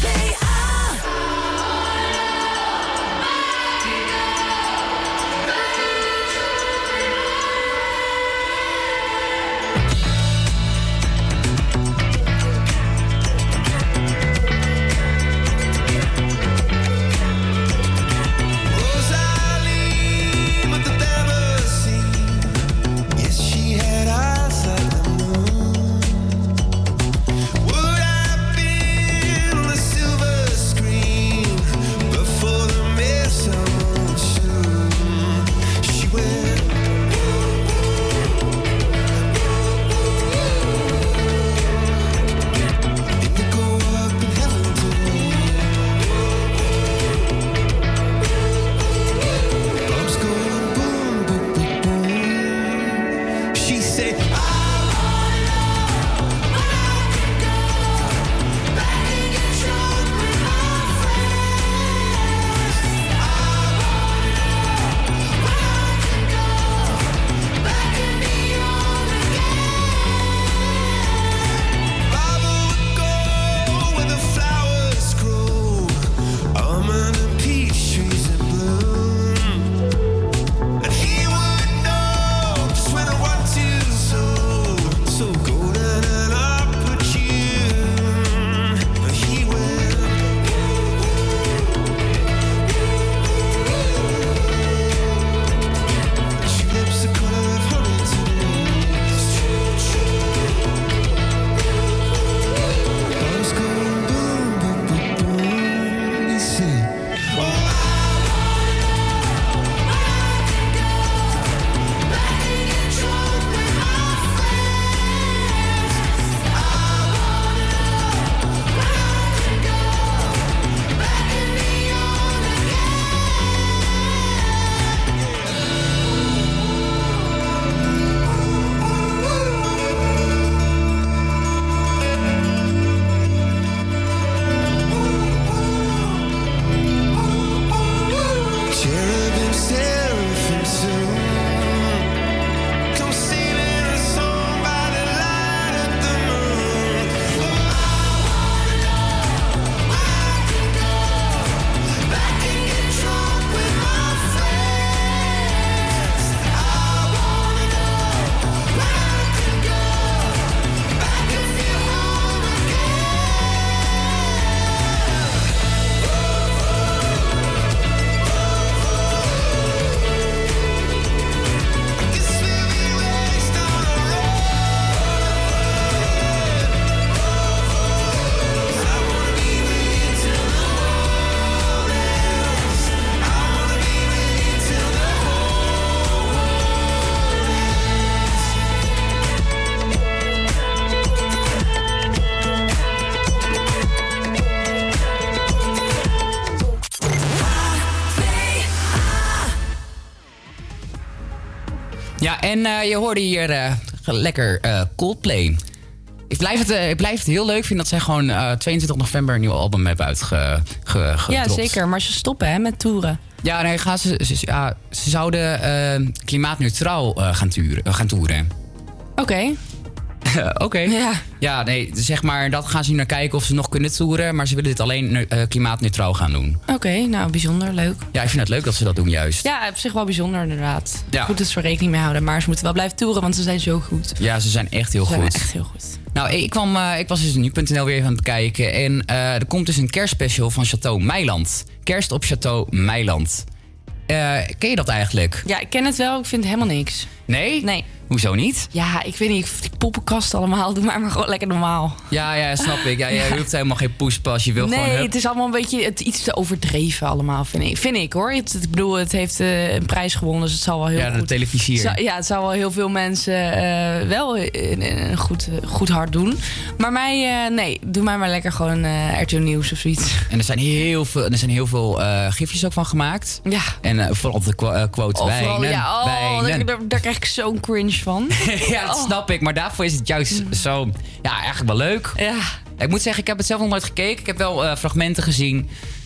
Ja, en uh, je hoorde hier uh, lekker uh, Coldplay. Ik blijf, het, uh, ik blijf het heel leuk vinden dat zij gewoon uh, tweeëntwintig november een nieuw album hebben uitgedropt. Ja, zeker. Maar ze stoppen hè, met toeren. Ja, nee, gaan ze, ze, ja, ze zouden uh, klimaatneutraal uh, gaan, turen, gaan toeren. Oké. Okay. Oké. Okay. Ja. Ja, nee, zeg maar, dat gaan ze naar kijken of ze nog kunnen toeren. Maar ze willen dit alleen uh, klimaatneutraal gaan doen. Oké, okay, nou, bijzonder, leuk. Ja, ik vind het leuk dat ze dat doen, juist. Ja, op zich wel bijzonder, inderdaad. Ja. Goed dat ze er rekening mee houden. Maar ze moeten wel blijven toeren, want ze zijn zo goed. Ja, ze zijn echt heel ze goed. Zijn echt heel goed. Nou, ik, kwam, uh, ik was dus nu punt n l weer even aan het kijken. En uh, er komt dus een kerstspecial van Château Meiland. Kerst op Château Meiland. Uh, ken je dat eigenlijk? Ja, ik ken het wel. Ik vind helemaal niks. Nee? Nee. Hoezo niet? Ja, ik weet niet. Die poppenkast allemaal. Doe maar maar gewoon lekker normaal. Ja, ja, snap ik. Ja, je ja. hoeft helemaal geen poespas. Je wil nee, gewoon... Nee, het is allemaal een beetje het, iets te overdreven allemaal, vind ik. Vind ik, hoor. Het, ik bedoel, het heeft uh, een prijs gewonnen, dus het zal wel heel ja, goed... Ja, de televisier. Zal, ja, het zal wel heel veel mensen uh, wel een, een goed, uh, goed hard doen. Maar mij, uh, nee, doe mij maar lekker gewoon uh, R T L Nieuws of zoiets. En er zijn heel veel, er zijn heel veel uh, gifjes ook van gemaakt. Ja. En uh, vooral de qu- uh, quote Overal, wijnen. Ja, oh, wijnen. daar, daar krijg ik zo'n cringe van. Ja, dat oh. snap ik. Maar daarvoor is het juist zo... Ja, eigenlijk wel leuk. Ja. Ik moet zeggen, ik heb het zelf nog nooit gekeken. Ik heb wel uh, fragmenten gezien.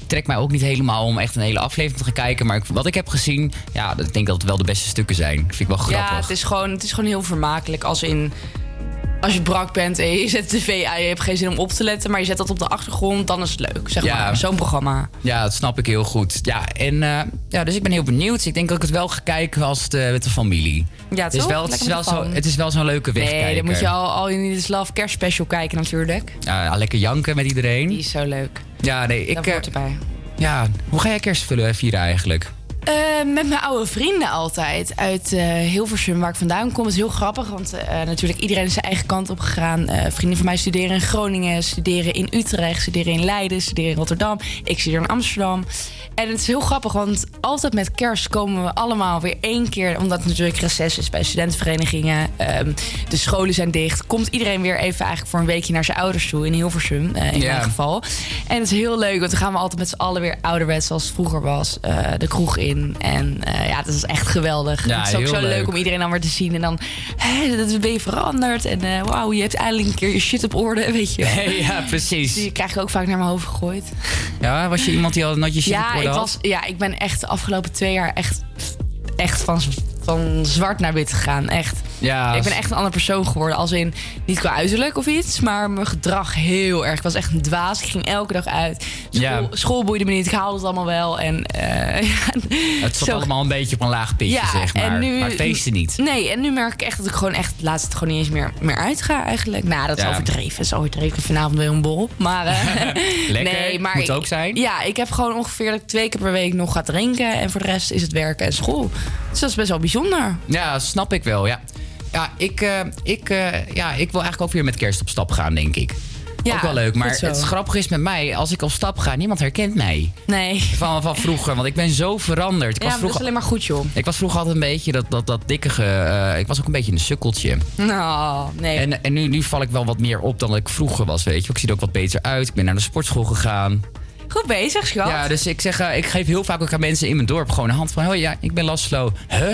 trekt mij ook niet helemaal om echt een hele aflevering te gaan kijken. Maar ik, wat ik heb gezien, ja, ik denk dat het wel de beste stukken zijn. Vind ik wel grappig. Ja, het is gewoon, het is gewoon heel vermakelijk. Als in, als je brak bent en je zet de tv aan, je hebt geen zin om op te letten, maar je zet dat op de achtergrond, dan is het leuk. Zeg Ja. maar, zo'n programma. Ja, dat snap ik heel goed. Ja, en uh, ja, dus ik ben heel benieuwd. Ik denk dat ik het wel ga kijken als het, uh, met de familie. Ja, het is toch? wel, het is Lekker wel, met de zo, fam. het is wel zo'n leuke Nee, wegkijker. dan moet je al All You Need Is Love kerstspecial kijken natuurlijk. Ja, lekker janken met iedereen. Die is zo leuk. Ja, nee, ik... Dat hoort erbij. Ja, hoe ga jij kerst vullen, vieren eigenlijk? Uh, met mijn oude vrienden altijd. Uit uh, Hilversum, waar ik vandaan kom. Dat is heel grappig, want uh, natuurlijk iedereen is zijn eigen kant op gegaan. Uh, vrienden van mij studeren in Groningen, studeren in Utrecht, studeren in Leiden, studeren in Rotterdam. Ik studeer in Amsterdam. En het is heel grappig, want altijd met kerst komen we allemaal weer één keer, omdat het natuurlijk reces is bij studentenverenigingen. Um, de scholen zijn dicht. Komt iedereen weer even eigenlijk voor een weekje naar zijn ouders toe in Hilversum, uh, in Ja. mijn geval. En het is heel leuk, want dan gaan we altijd met z'n allen weer ouderwets zoals het vroeger was. Uh, de kroeg in. En uh, ja, dat is echt geweldig. Ja, het is ook heel zo leuk. leuk om iedereen dan weer te zien. En dan, hé, dat ben je veranderd. En uh, wauw, je hebt eindelijk een keer je shit op orde, weet je wel. Ja, precies. Die krijg ik ook vaak naar mijn hoofd gegooid. Ja, was je iemand die al nooit je shit Ja, op orde ik had? was, ja, ik ben echt de afgelopen twee jaar echt, echt van, van zwart naar wit gegaan. Echt. Ja, Ik ben echt een ander persoon geworden. Als in, niet qua uiterlijk of iets, maar mijn gedrag heel erg. Ik was echt een dwaas. Ik ging elke dag uit. School, Ja. school boeide me niet. Ik haalde het allemaal wel. En, uh, ja, Het zat zo- allemaal een beetje op een laag pitje, Ja, zeg maar. en nu- maar het feestte niet. Nee, en nu merk ik echt dat ik gewoon echt laatst gewoon niet eens meer, meer uitga eigenlijk. Nou, dat is Ja. overdreven. Dat is overdreven. Vanavond weer een bol. Maar, uh, Lekker, nee, maar moet ik- ook zijn. Ja, ik heb gewoon ongeveer dat ik twee keer per week nog ga drinken. En voor de rest is het werken en school. Dus dat is best wel bijzonder. Ja, snap ik wel, ja. Ja, ik, uh, ik, uh, ja, ik wil eigenlijk ook weer met kerst op stap gaan, denk ik. Ja, ook wel leuk, maar goed zo. het grappige is met mij, als ik op stap ga, niemand herkent mij. Nee. Van, van vroeger, want ik ben zo veranderd. Ik Ja, was maar dat is vroeger, alleen maar goed, joh. ik was vroeger altijd een beetje dat, dat, dat dikkige... Uh, ik was ook een beetje een sukkeltje. Nou, nee. En, en nu, nu val ik wel wat meer op dan ik vroeger was, weet je. Ik zie er ook wat beter uit. Ik ben naar de sportschool gegaan. Goed bezig, schat. Ja, dus ik zeg, uh, ik geef heel vaak ook aan mensen in mijn dorp gewoon een hand van... Oh ja, ik ben Laszlo. Huh?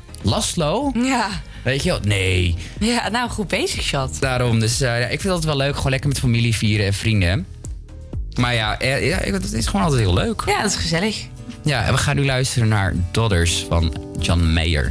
Laszlo? Ja. Weet je wel? Nee. Ja, nou, goed bezig, schat. Daarom, dus uh, ja, ik vind dat wel leuk. Gewoon lekker met familie vieren en vrienden. Maar ja, eh, ja, het is gewoon altijd heel leuk. Ja, dat is gezellig. Ja, en we gaan nu luisteren naar Daughters van John Mayer.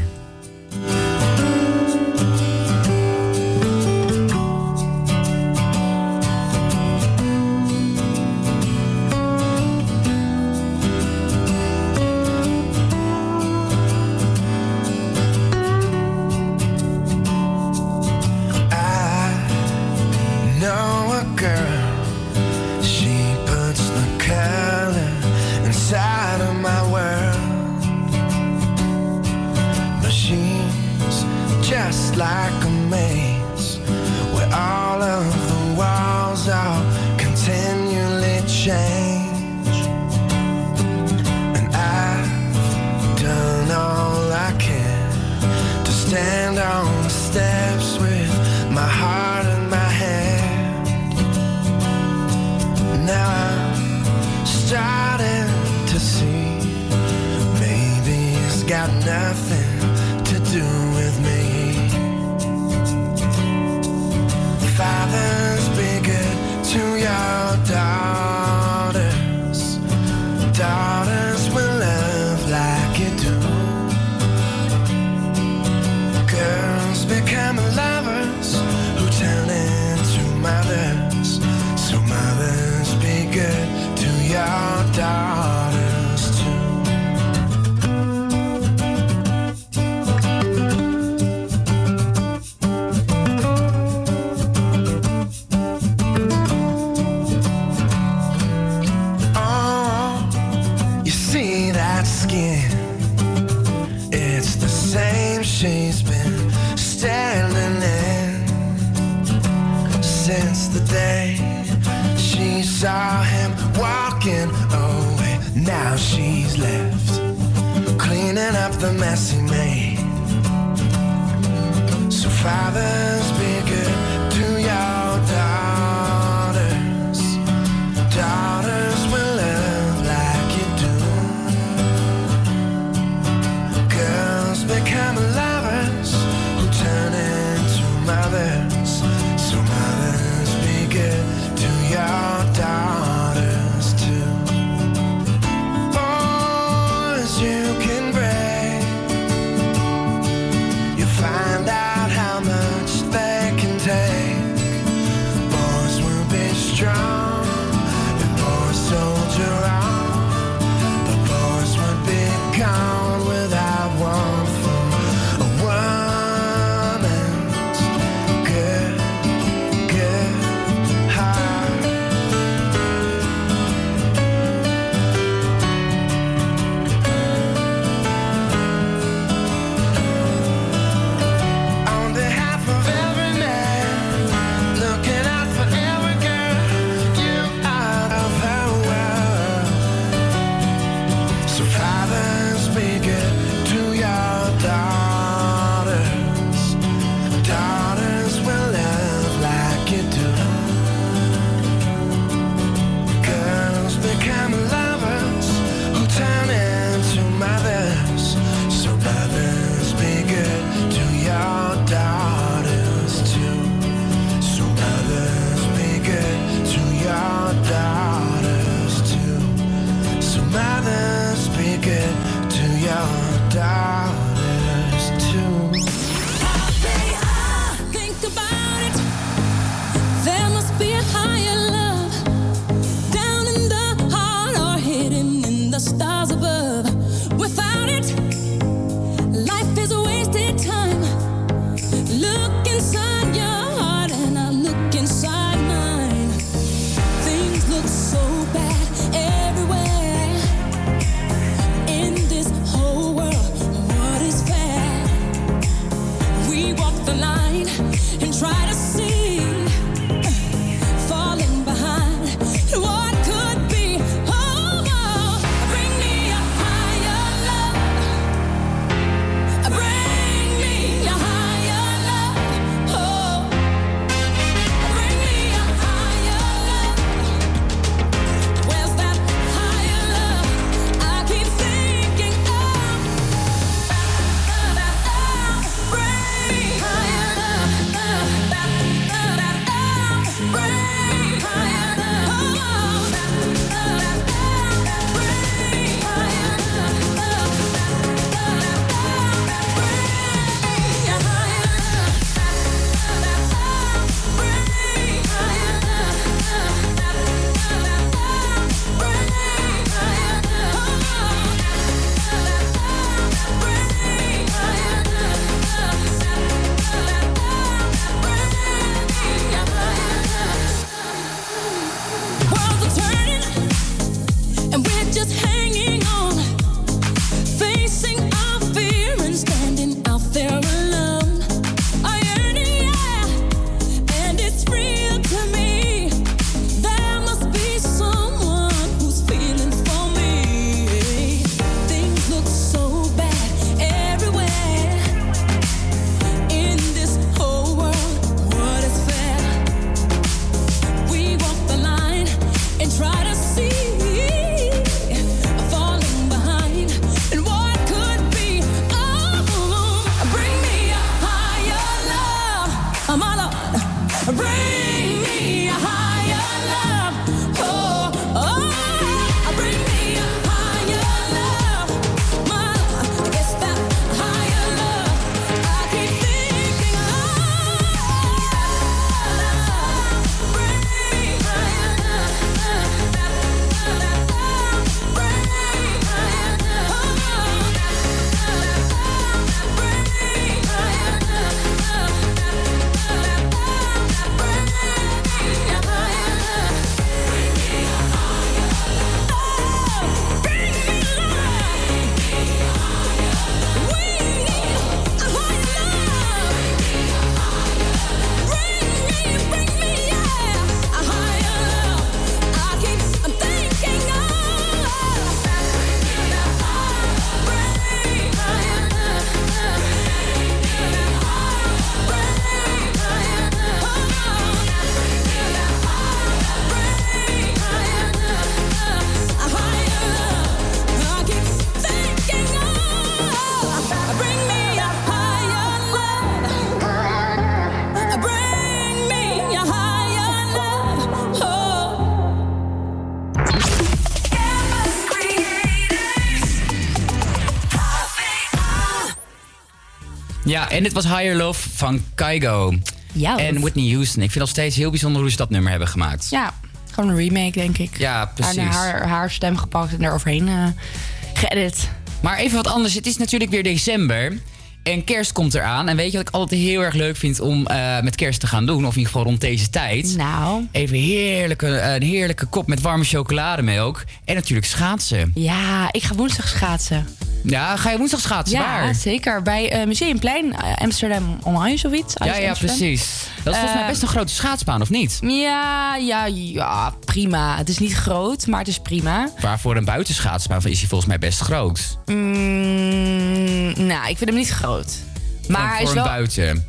know a girl, she puts the color inside of my world. But she's just like a maze where all of the walls are continually change. And I've done all I can to stand on the steps with my heart in my hand. Now I'm starting to see maybe it's got nothing to do with me. Fathers, be good to your daughters. Daughters will love like you do. Girls become lovers who turn into mothers. So mothers, be good to your daughters too. Oh, you see that skin? It's the same she's been standing in since the day she saw him walking away. Now she's left cleaning up the mess he made. So fathers, be good to your daughters. Daughters will love like you do. Girls become lovers who turn into mothers. So mothers, be good to your daughters too. We walk the line and try to see, falling behind what could be. Oh, oh, bring me a higher love. Bring me a higher love. Oh, bring me a higher love. Where's that higher love? I keep thinking of. Bring me higher love. Bring higher love. Worlds are turning, and we're just hanging on, facing our fear and standing out there alone. I yearn, yeah, and it's real to me. There must be someone who's feeling for me. Things look so bad everywhere in this whole world. What is fair? We walk the line and try to see, falling behind and what could be. Oh, bring me a higher love, my Lord. Bring me a higher love. Oh, oh, bring me a higher love, my Lord. It's that higher love I keep thinking of. Bring higher love. Ja, en dit was Higher Love van Kygo. Ja. En Whitney Houston. Ik vind nog steeds heel bijzonder hoe ze dat nummer hebben gemaakt. Ja, gewoon een remake, denk ik. Ja, precies. Haar, haar, haar stem gepakt en eroverheen uh, geëdit. Maar even wat anders. Het is natuurlijk weer december. En kerst komt eraan. En weet je wat ik altijd heel erg leuk vind om uh, met kerst te gaan doen? Of in ieder geval rond deze tijd. Nou. Even heerlijke, een heerlijke kop met warme chocolademelk. En natuurlijk schaatsen. Ja, ik ga woensdag schaatsen. Ja, ga je woensdag schaatsen? Ja, Waar? zeker. Bij uh, Museumplein, uh, Amsterdam Online, zoiets. Ja, ja, Amsterdam. precies. Dat is volgens mij Uh, best een grote schaatsbaan, of niet? Ja, ja, ja, prima. Het is niet groot, maar het is prima. Maar voor een buitenschaatsbaan is hij volgens mij best groot. Mm, nou, ik vind hem niet groot. Maar voor hij voor is een wel... buiten.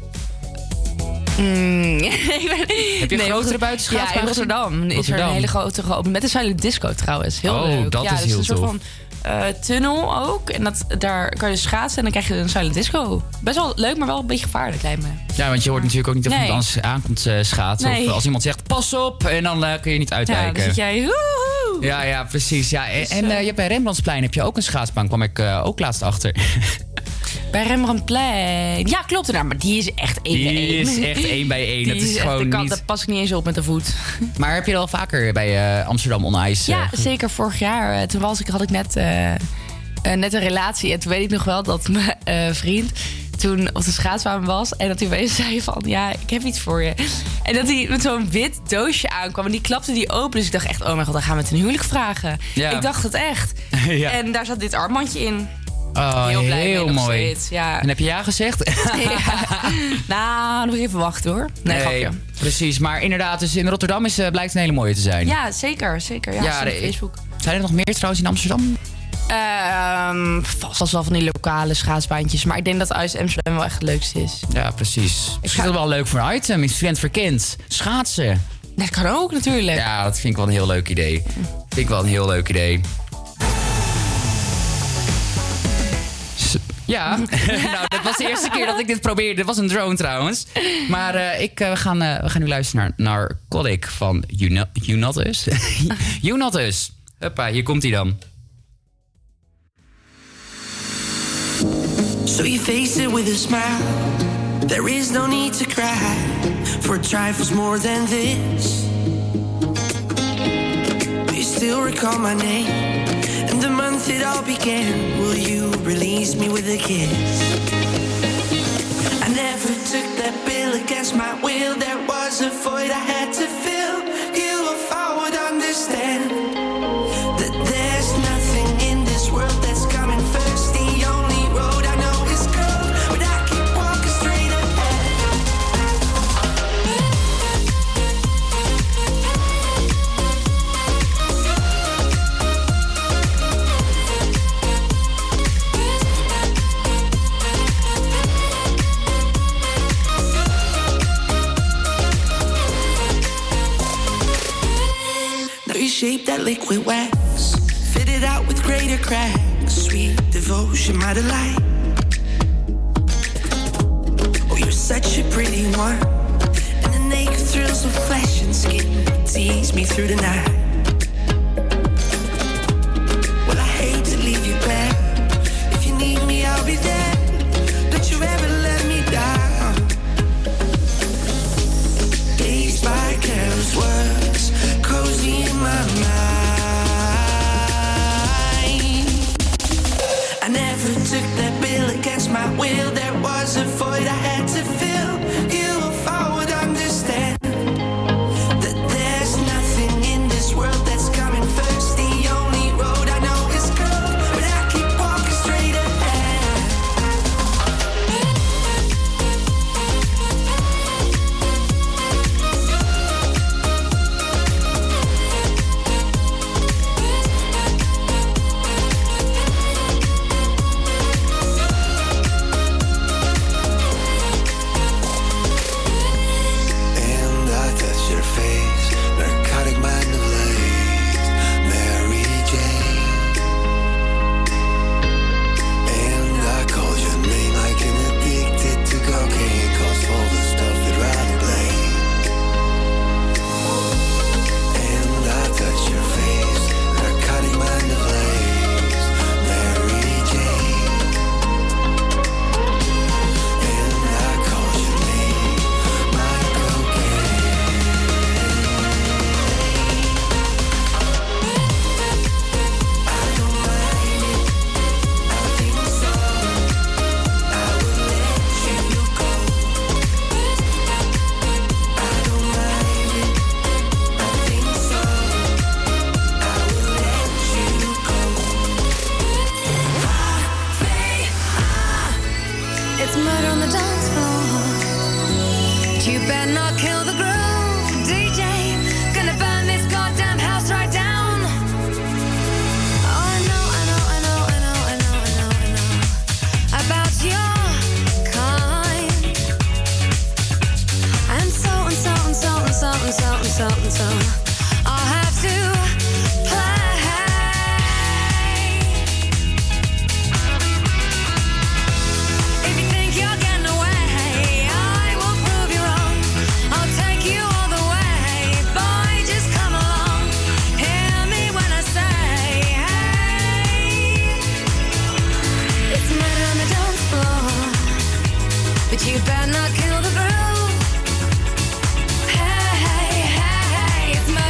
Mm, Heb je een grotere buitenschaatsbaan? Ja, in Rotterdam, is er Rotterdam. een hele grote geopend. Met een silent disco trouwens. Heel Oh, leuk. dat ja, is dus heel een soort tof. van uh, tunnel ook. En dat, daar kan je schaatsen en dan krijg je een silent disco. Best wel leuk, maar wel een beetje gevaarlijk, lijkt me. Ja, want je hoort natuurlijk ook niet of Nee. iemand anders aankomt uh, schaatsen. Nee. Of als iemand zegt, pas op, en dan uh, kun je niet Ja, uitwijken. dan zit jij... woehoe. Ja, ja, precies. Ja. En, Dus, en uh, uh, je hebt bij Rembrandtsplein heb je ook een schaatsbaan. Kwam ik uh, ook laatst achter. Bij Rembrandtplein. Ja, klopt. Nou, maar die is echt één bij Die één. is echt één bij één. Die Dat is echt- gewoon dat kan- niet... Dat pas ik niet eens op met de voet. Maar heb je dat al vaker bij uh, Amsterdam On Ice? uh, Ja, ge- zeker vorig jaar. Uh, toen was ik, had ik net, uh, uh, net een relatie. En toen weet ik nog wel dat mijn uh, vriend toen op de schaatsbaan was. En dat hij opeens zei van, ja, ik heb iets voor je. En dat hij met zo'n wit doosje aankwam. En die klapte die open. Dus ik dacht echt, oh mijn god, dan gaan we het een huwelijk vragen. Ja. Ik dacht het echt. Ja. En daar zat dit armbandje in. Oh, heel blij heel mee nog mooi. steeds. Ja. En heb je ja gezegd? Ja. Nou, nog even wachten hoor. Nee, grapje. Precies. Maar inderdaad, dus in Rotterdam is, uh, blijkt een hele mooie te zijn. Ja, zeker. zeker. Ja, Ja, op de- Facebook. Zijn er nog meer trouwens in Amsterdam? Ehm vast wel van die lokale schaatsbaantjes. Maar ik denk dat Ice Amsterdam wel echt het leukste is. Ja, precies. Ik vind het wel leuk voor een item. In Student Verkend. Schaatsen. Dat kan ook natuurlijk. Ja, dat vind ik wel een heel leuk idee. Vind ik wel een heel leuk idee. S- Ja, nou, dat was de eerste keer dat ik dit probeerde. Dat was een drone trouwens. Maar uh, ik, uh, we, gaan, uh, we gaan nu luisteren naar, naar Colic van You Not, you Not Us. You Not Us. Huppa, hier komt hij dan. So you face it with a smile. There is no need to cry for trifles more than this. But you still recall my name and the month it all began. Will you release me with a kiss? I never took that bill against my will. There was a void I had to fill. You, if I would understand that there's nothing in this world that's coming first. The only road I know is curved, but I keep walking straight ahead. Now you shape that liquid wax, fit it out with greater cracks. Sweet devotion, my delight. Oh, you're such a pretty one, and the naked thrills of flesh and skin tease me through the night. Well, I hate to leave you back. If you need me, I'll be there. Don't you ever let me down. Dazed by careless words, cozy in my mind. I never took that bill against my will. There was a void I had to fill. You, if I would understand that there's nothing in this world that's coming first. The only road I know is curved, but I keep walking straight ahead. And I touch your face, narcotic mind of lace, Mary Jane. And I called your name like an addicted to cocaine, calls for the stuff that rather blame. And I touch your face, narcotic mind of lace, Mary Jane. And I called your name, my cocaine. I don't mind it, I think so. I will let you go. I don't mind it, I think so. I will let you go. It's murder on the dance floor. You better not kill the groove, D J. Gonna burn this goddamn house right down. Oh, I know, I know, I know, I know, I know, I know, I know about your kind. And so and so and so and so and so and so and so. I'll have to play. If you think you're getting away, I will prove you wrong. I'll take you all the way. Boy, just come along. Hear me when I say, hey. It's murder on the dance floor, but you better not kill the groove. Hey, hey, hey, hey. It's murder.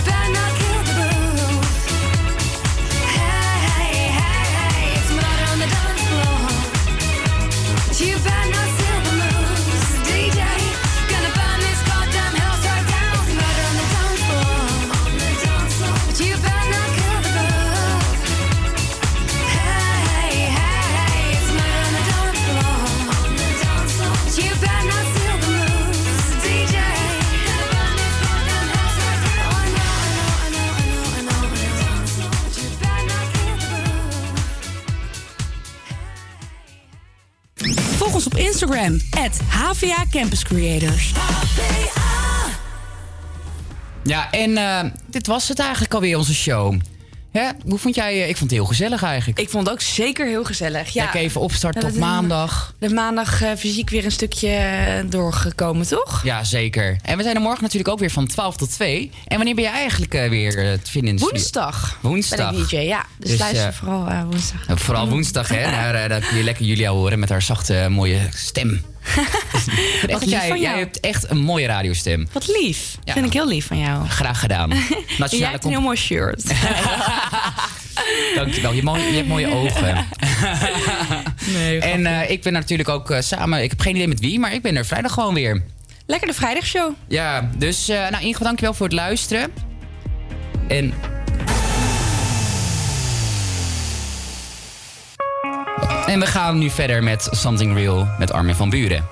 better not kill the groove. Hey, hey, hey, hey, it's murder on the dance floor. You better not steal the moves, D J. Gonna burn this goddamn house right down. It's murder on the dance floor. But you better not kill the groove. Hey, hey, hey, it's murder on the dance floor. But you better not steal the moves, D J. Gonna burn this goddamn house right down. Oh, I know, I know, I know, I know, I know. But you better not kill the groove. Volg ons op Instagram, at H V A Campus Creators. Ja, en uh, dit was het eigenlijk alweer, onze show. Hè? Hoe vond jij... Uh, ik vond het heel gezellig eigenlijk. Ik vond het ook zeker heel gezellig. Ja. Lekker even opstarten Ja, tot dat is- maandag. De maandag uh, fysiek weer een stukje uh, doorgekomen, toch? Ja, zeker. En we zijn er morgen natuurlijk ook weer van twaalf tot twee. En wanneer ben je eigenlijk uh, weer uh, te vinden in de studio? Woensdag. Woensdag. Ben ik D J, ja. Dus, Dus, luister uh, vooral uh, woensdag. Uh, vooral woensdag, hè? Daar, uh, daar kun je lekker Julia horen met haar zachte, mooie stem. Echt, Wat lief jij, van jou. jij hebt echt een mooie radiostem. Wat lief. Vind ik heel lief van jou. Graag gedaan. En jij Nationale hebt een heel mooi shirt. Dankjewel. Je, mooi, je hebt mooie ogen. Nee, en uh, ik ben natuurlijk ook uh, samen... Ik heb geen idee met wie, maar ik ben er vrijdag gewoon weer. Lekker de vrijdagshow. Ja, dus uh, nou, Inge, dankjewel voor het luisteren. En... En we gaan nu verder met Something Real met Armin van Buuren.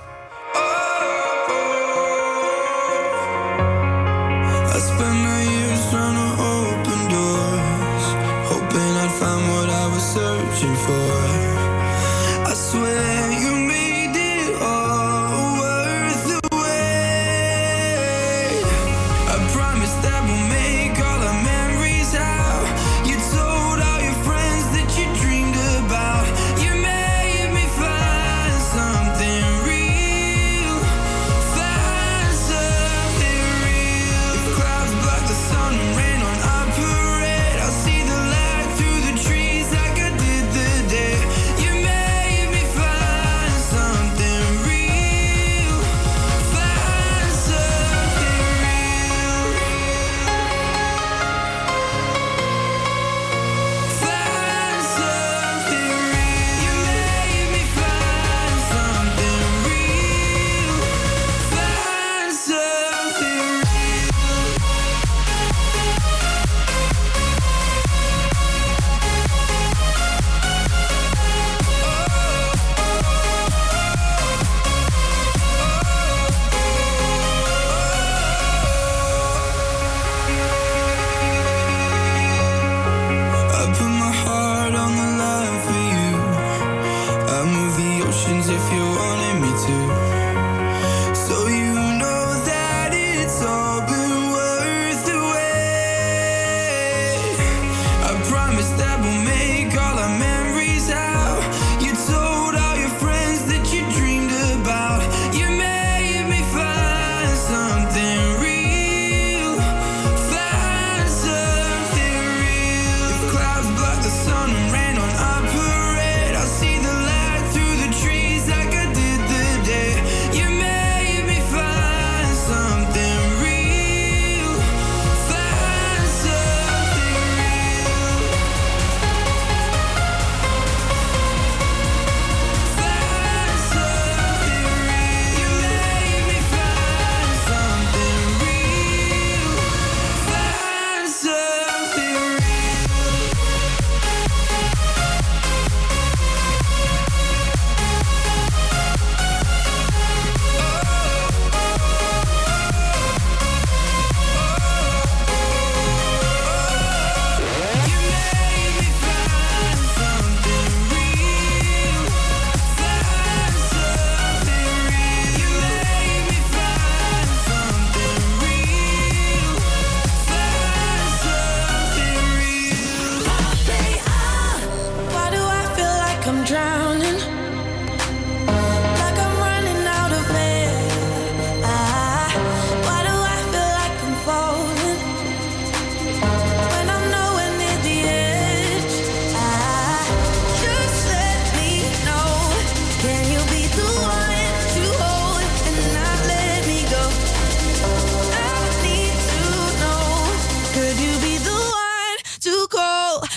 I spent my years trying to open doors, hoping I'd find what I was searching for. I swear you made it all worth the wait. I promise that we'll make all our memories out. You told all your friends that you dreamed about. You made me find something real, find something real. If clouds block the sun and rain on our parade, I'll see the light through the trees like I did the day you made me find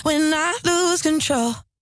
when I lose control.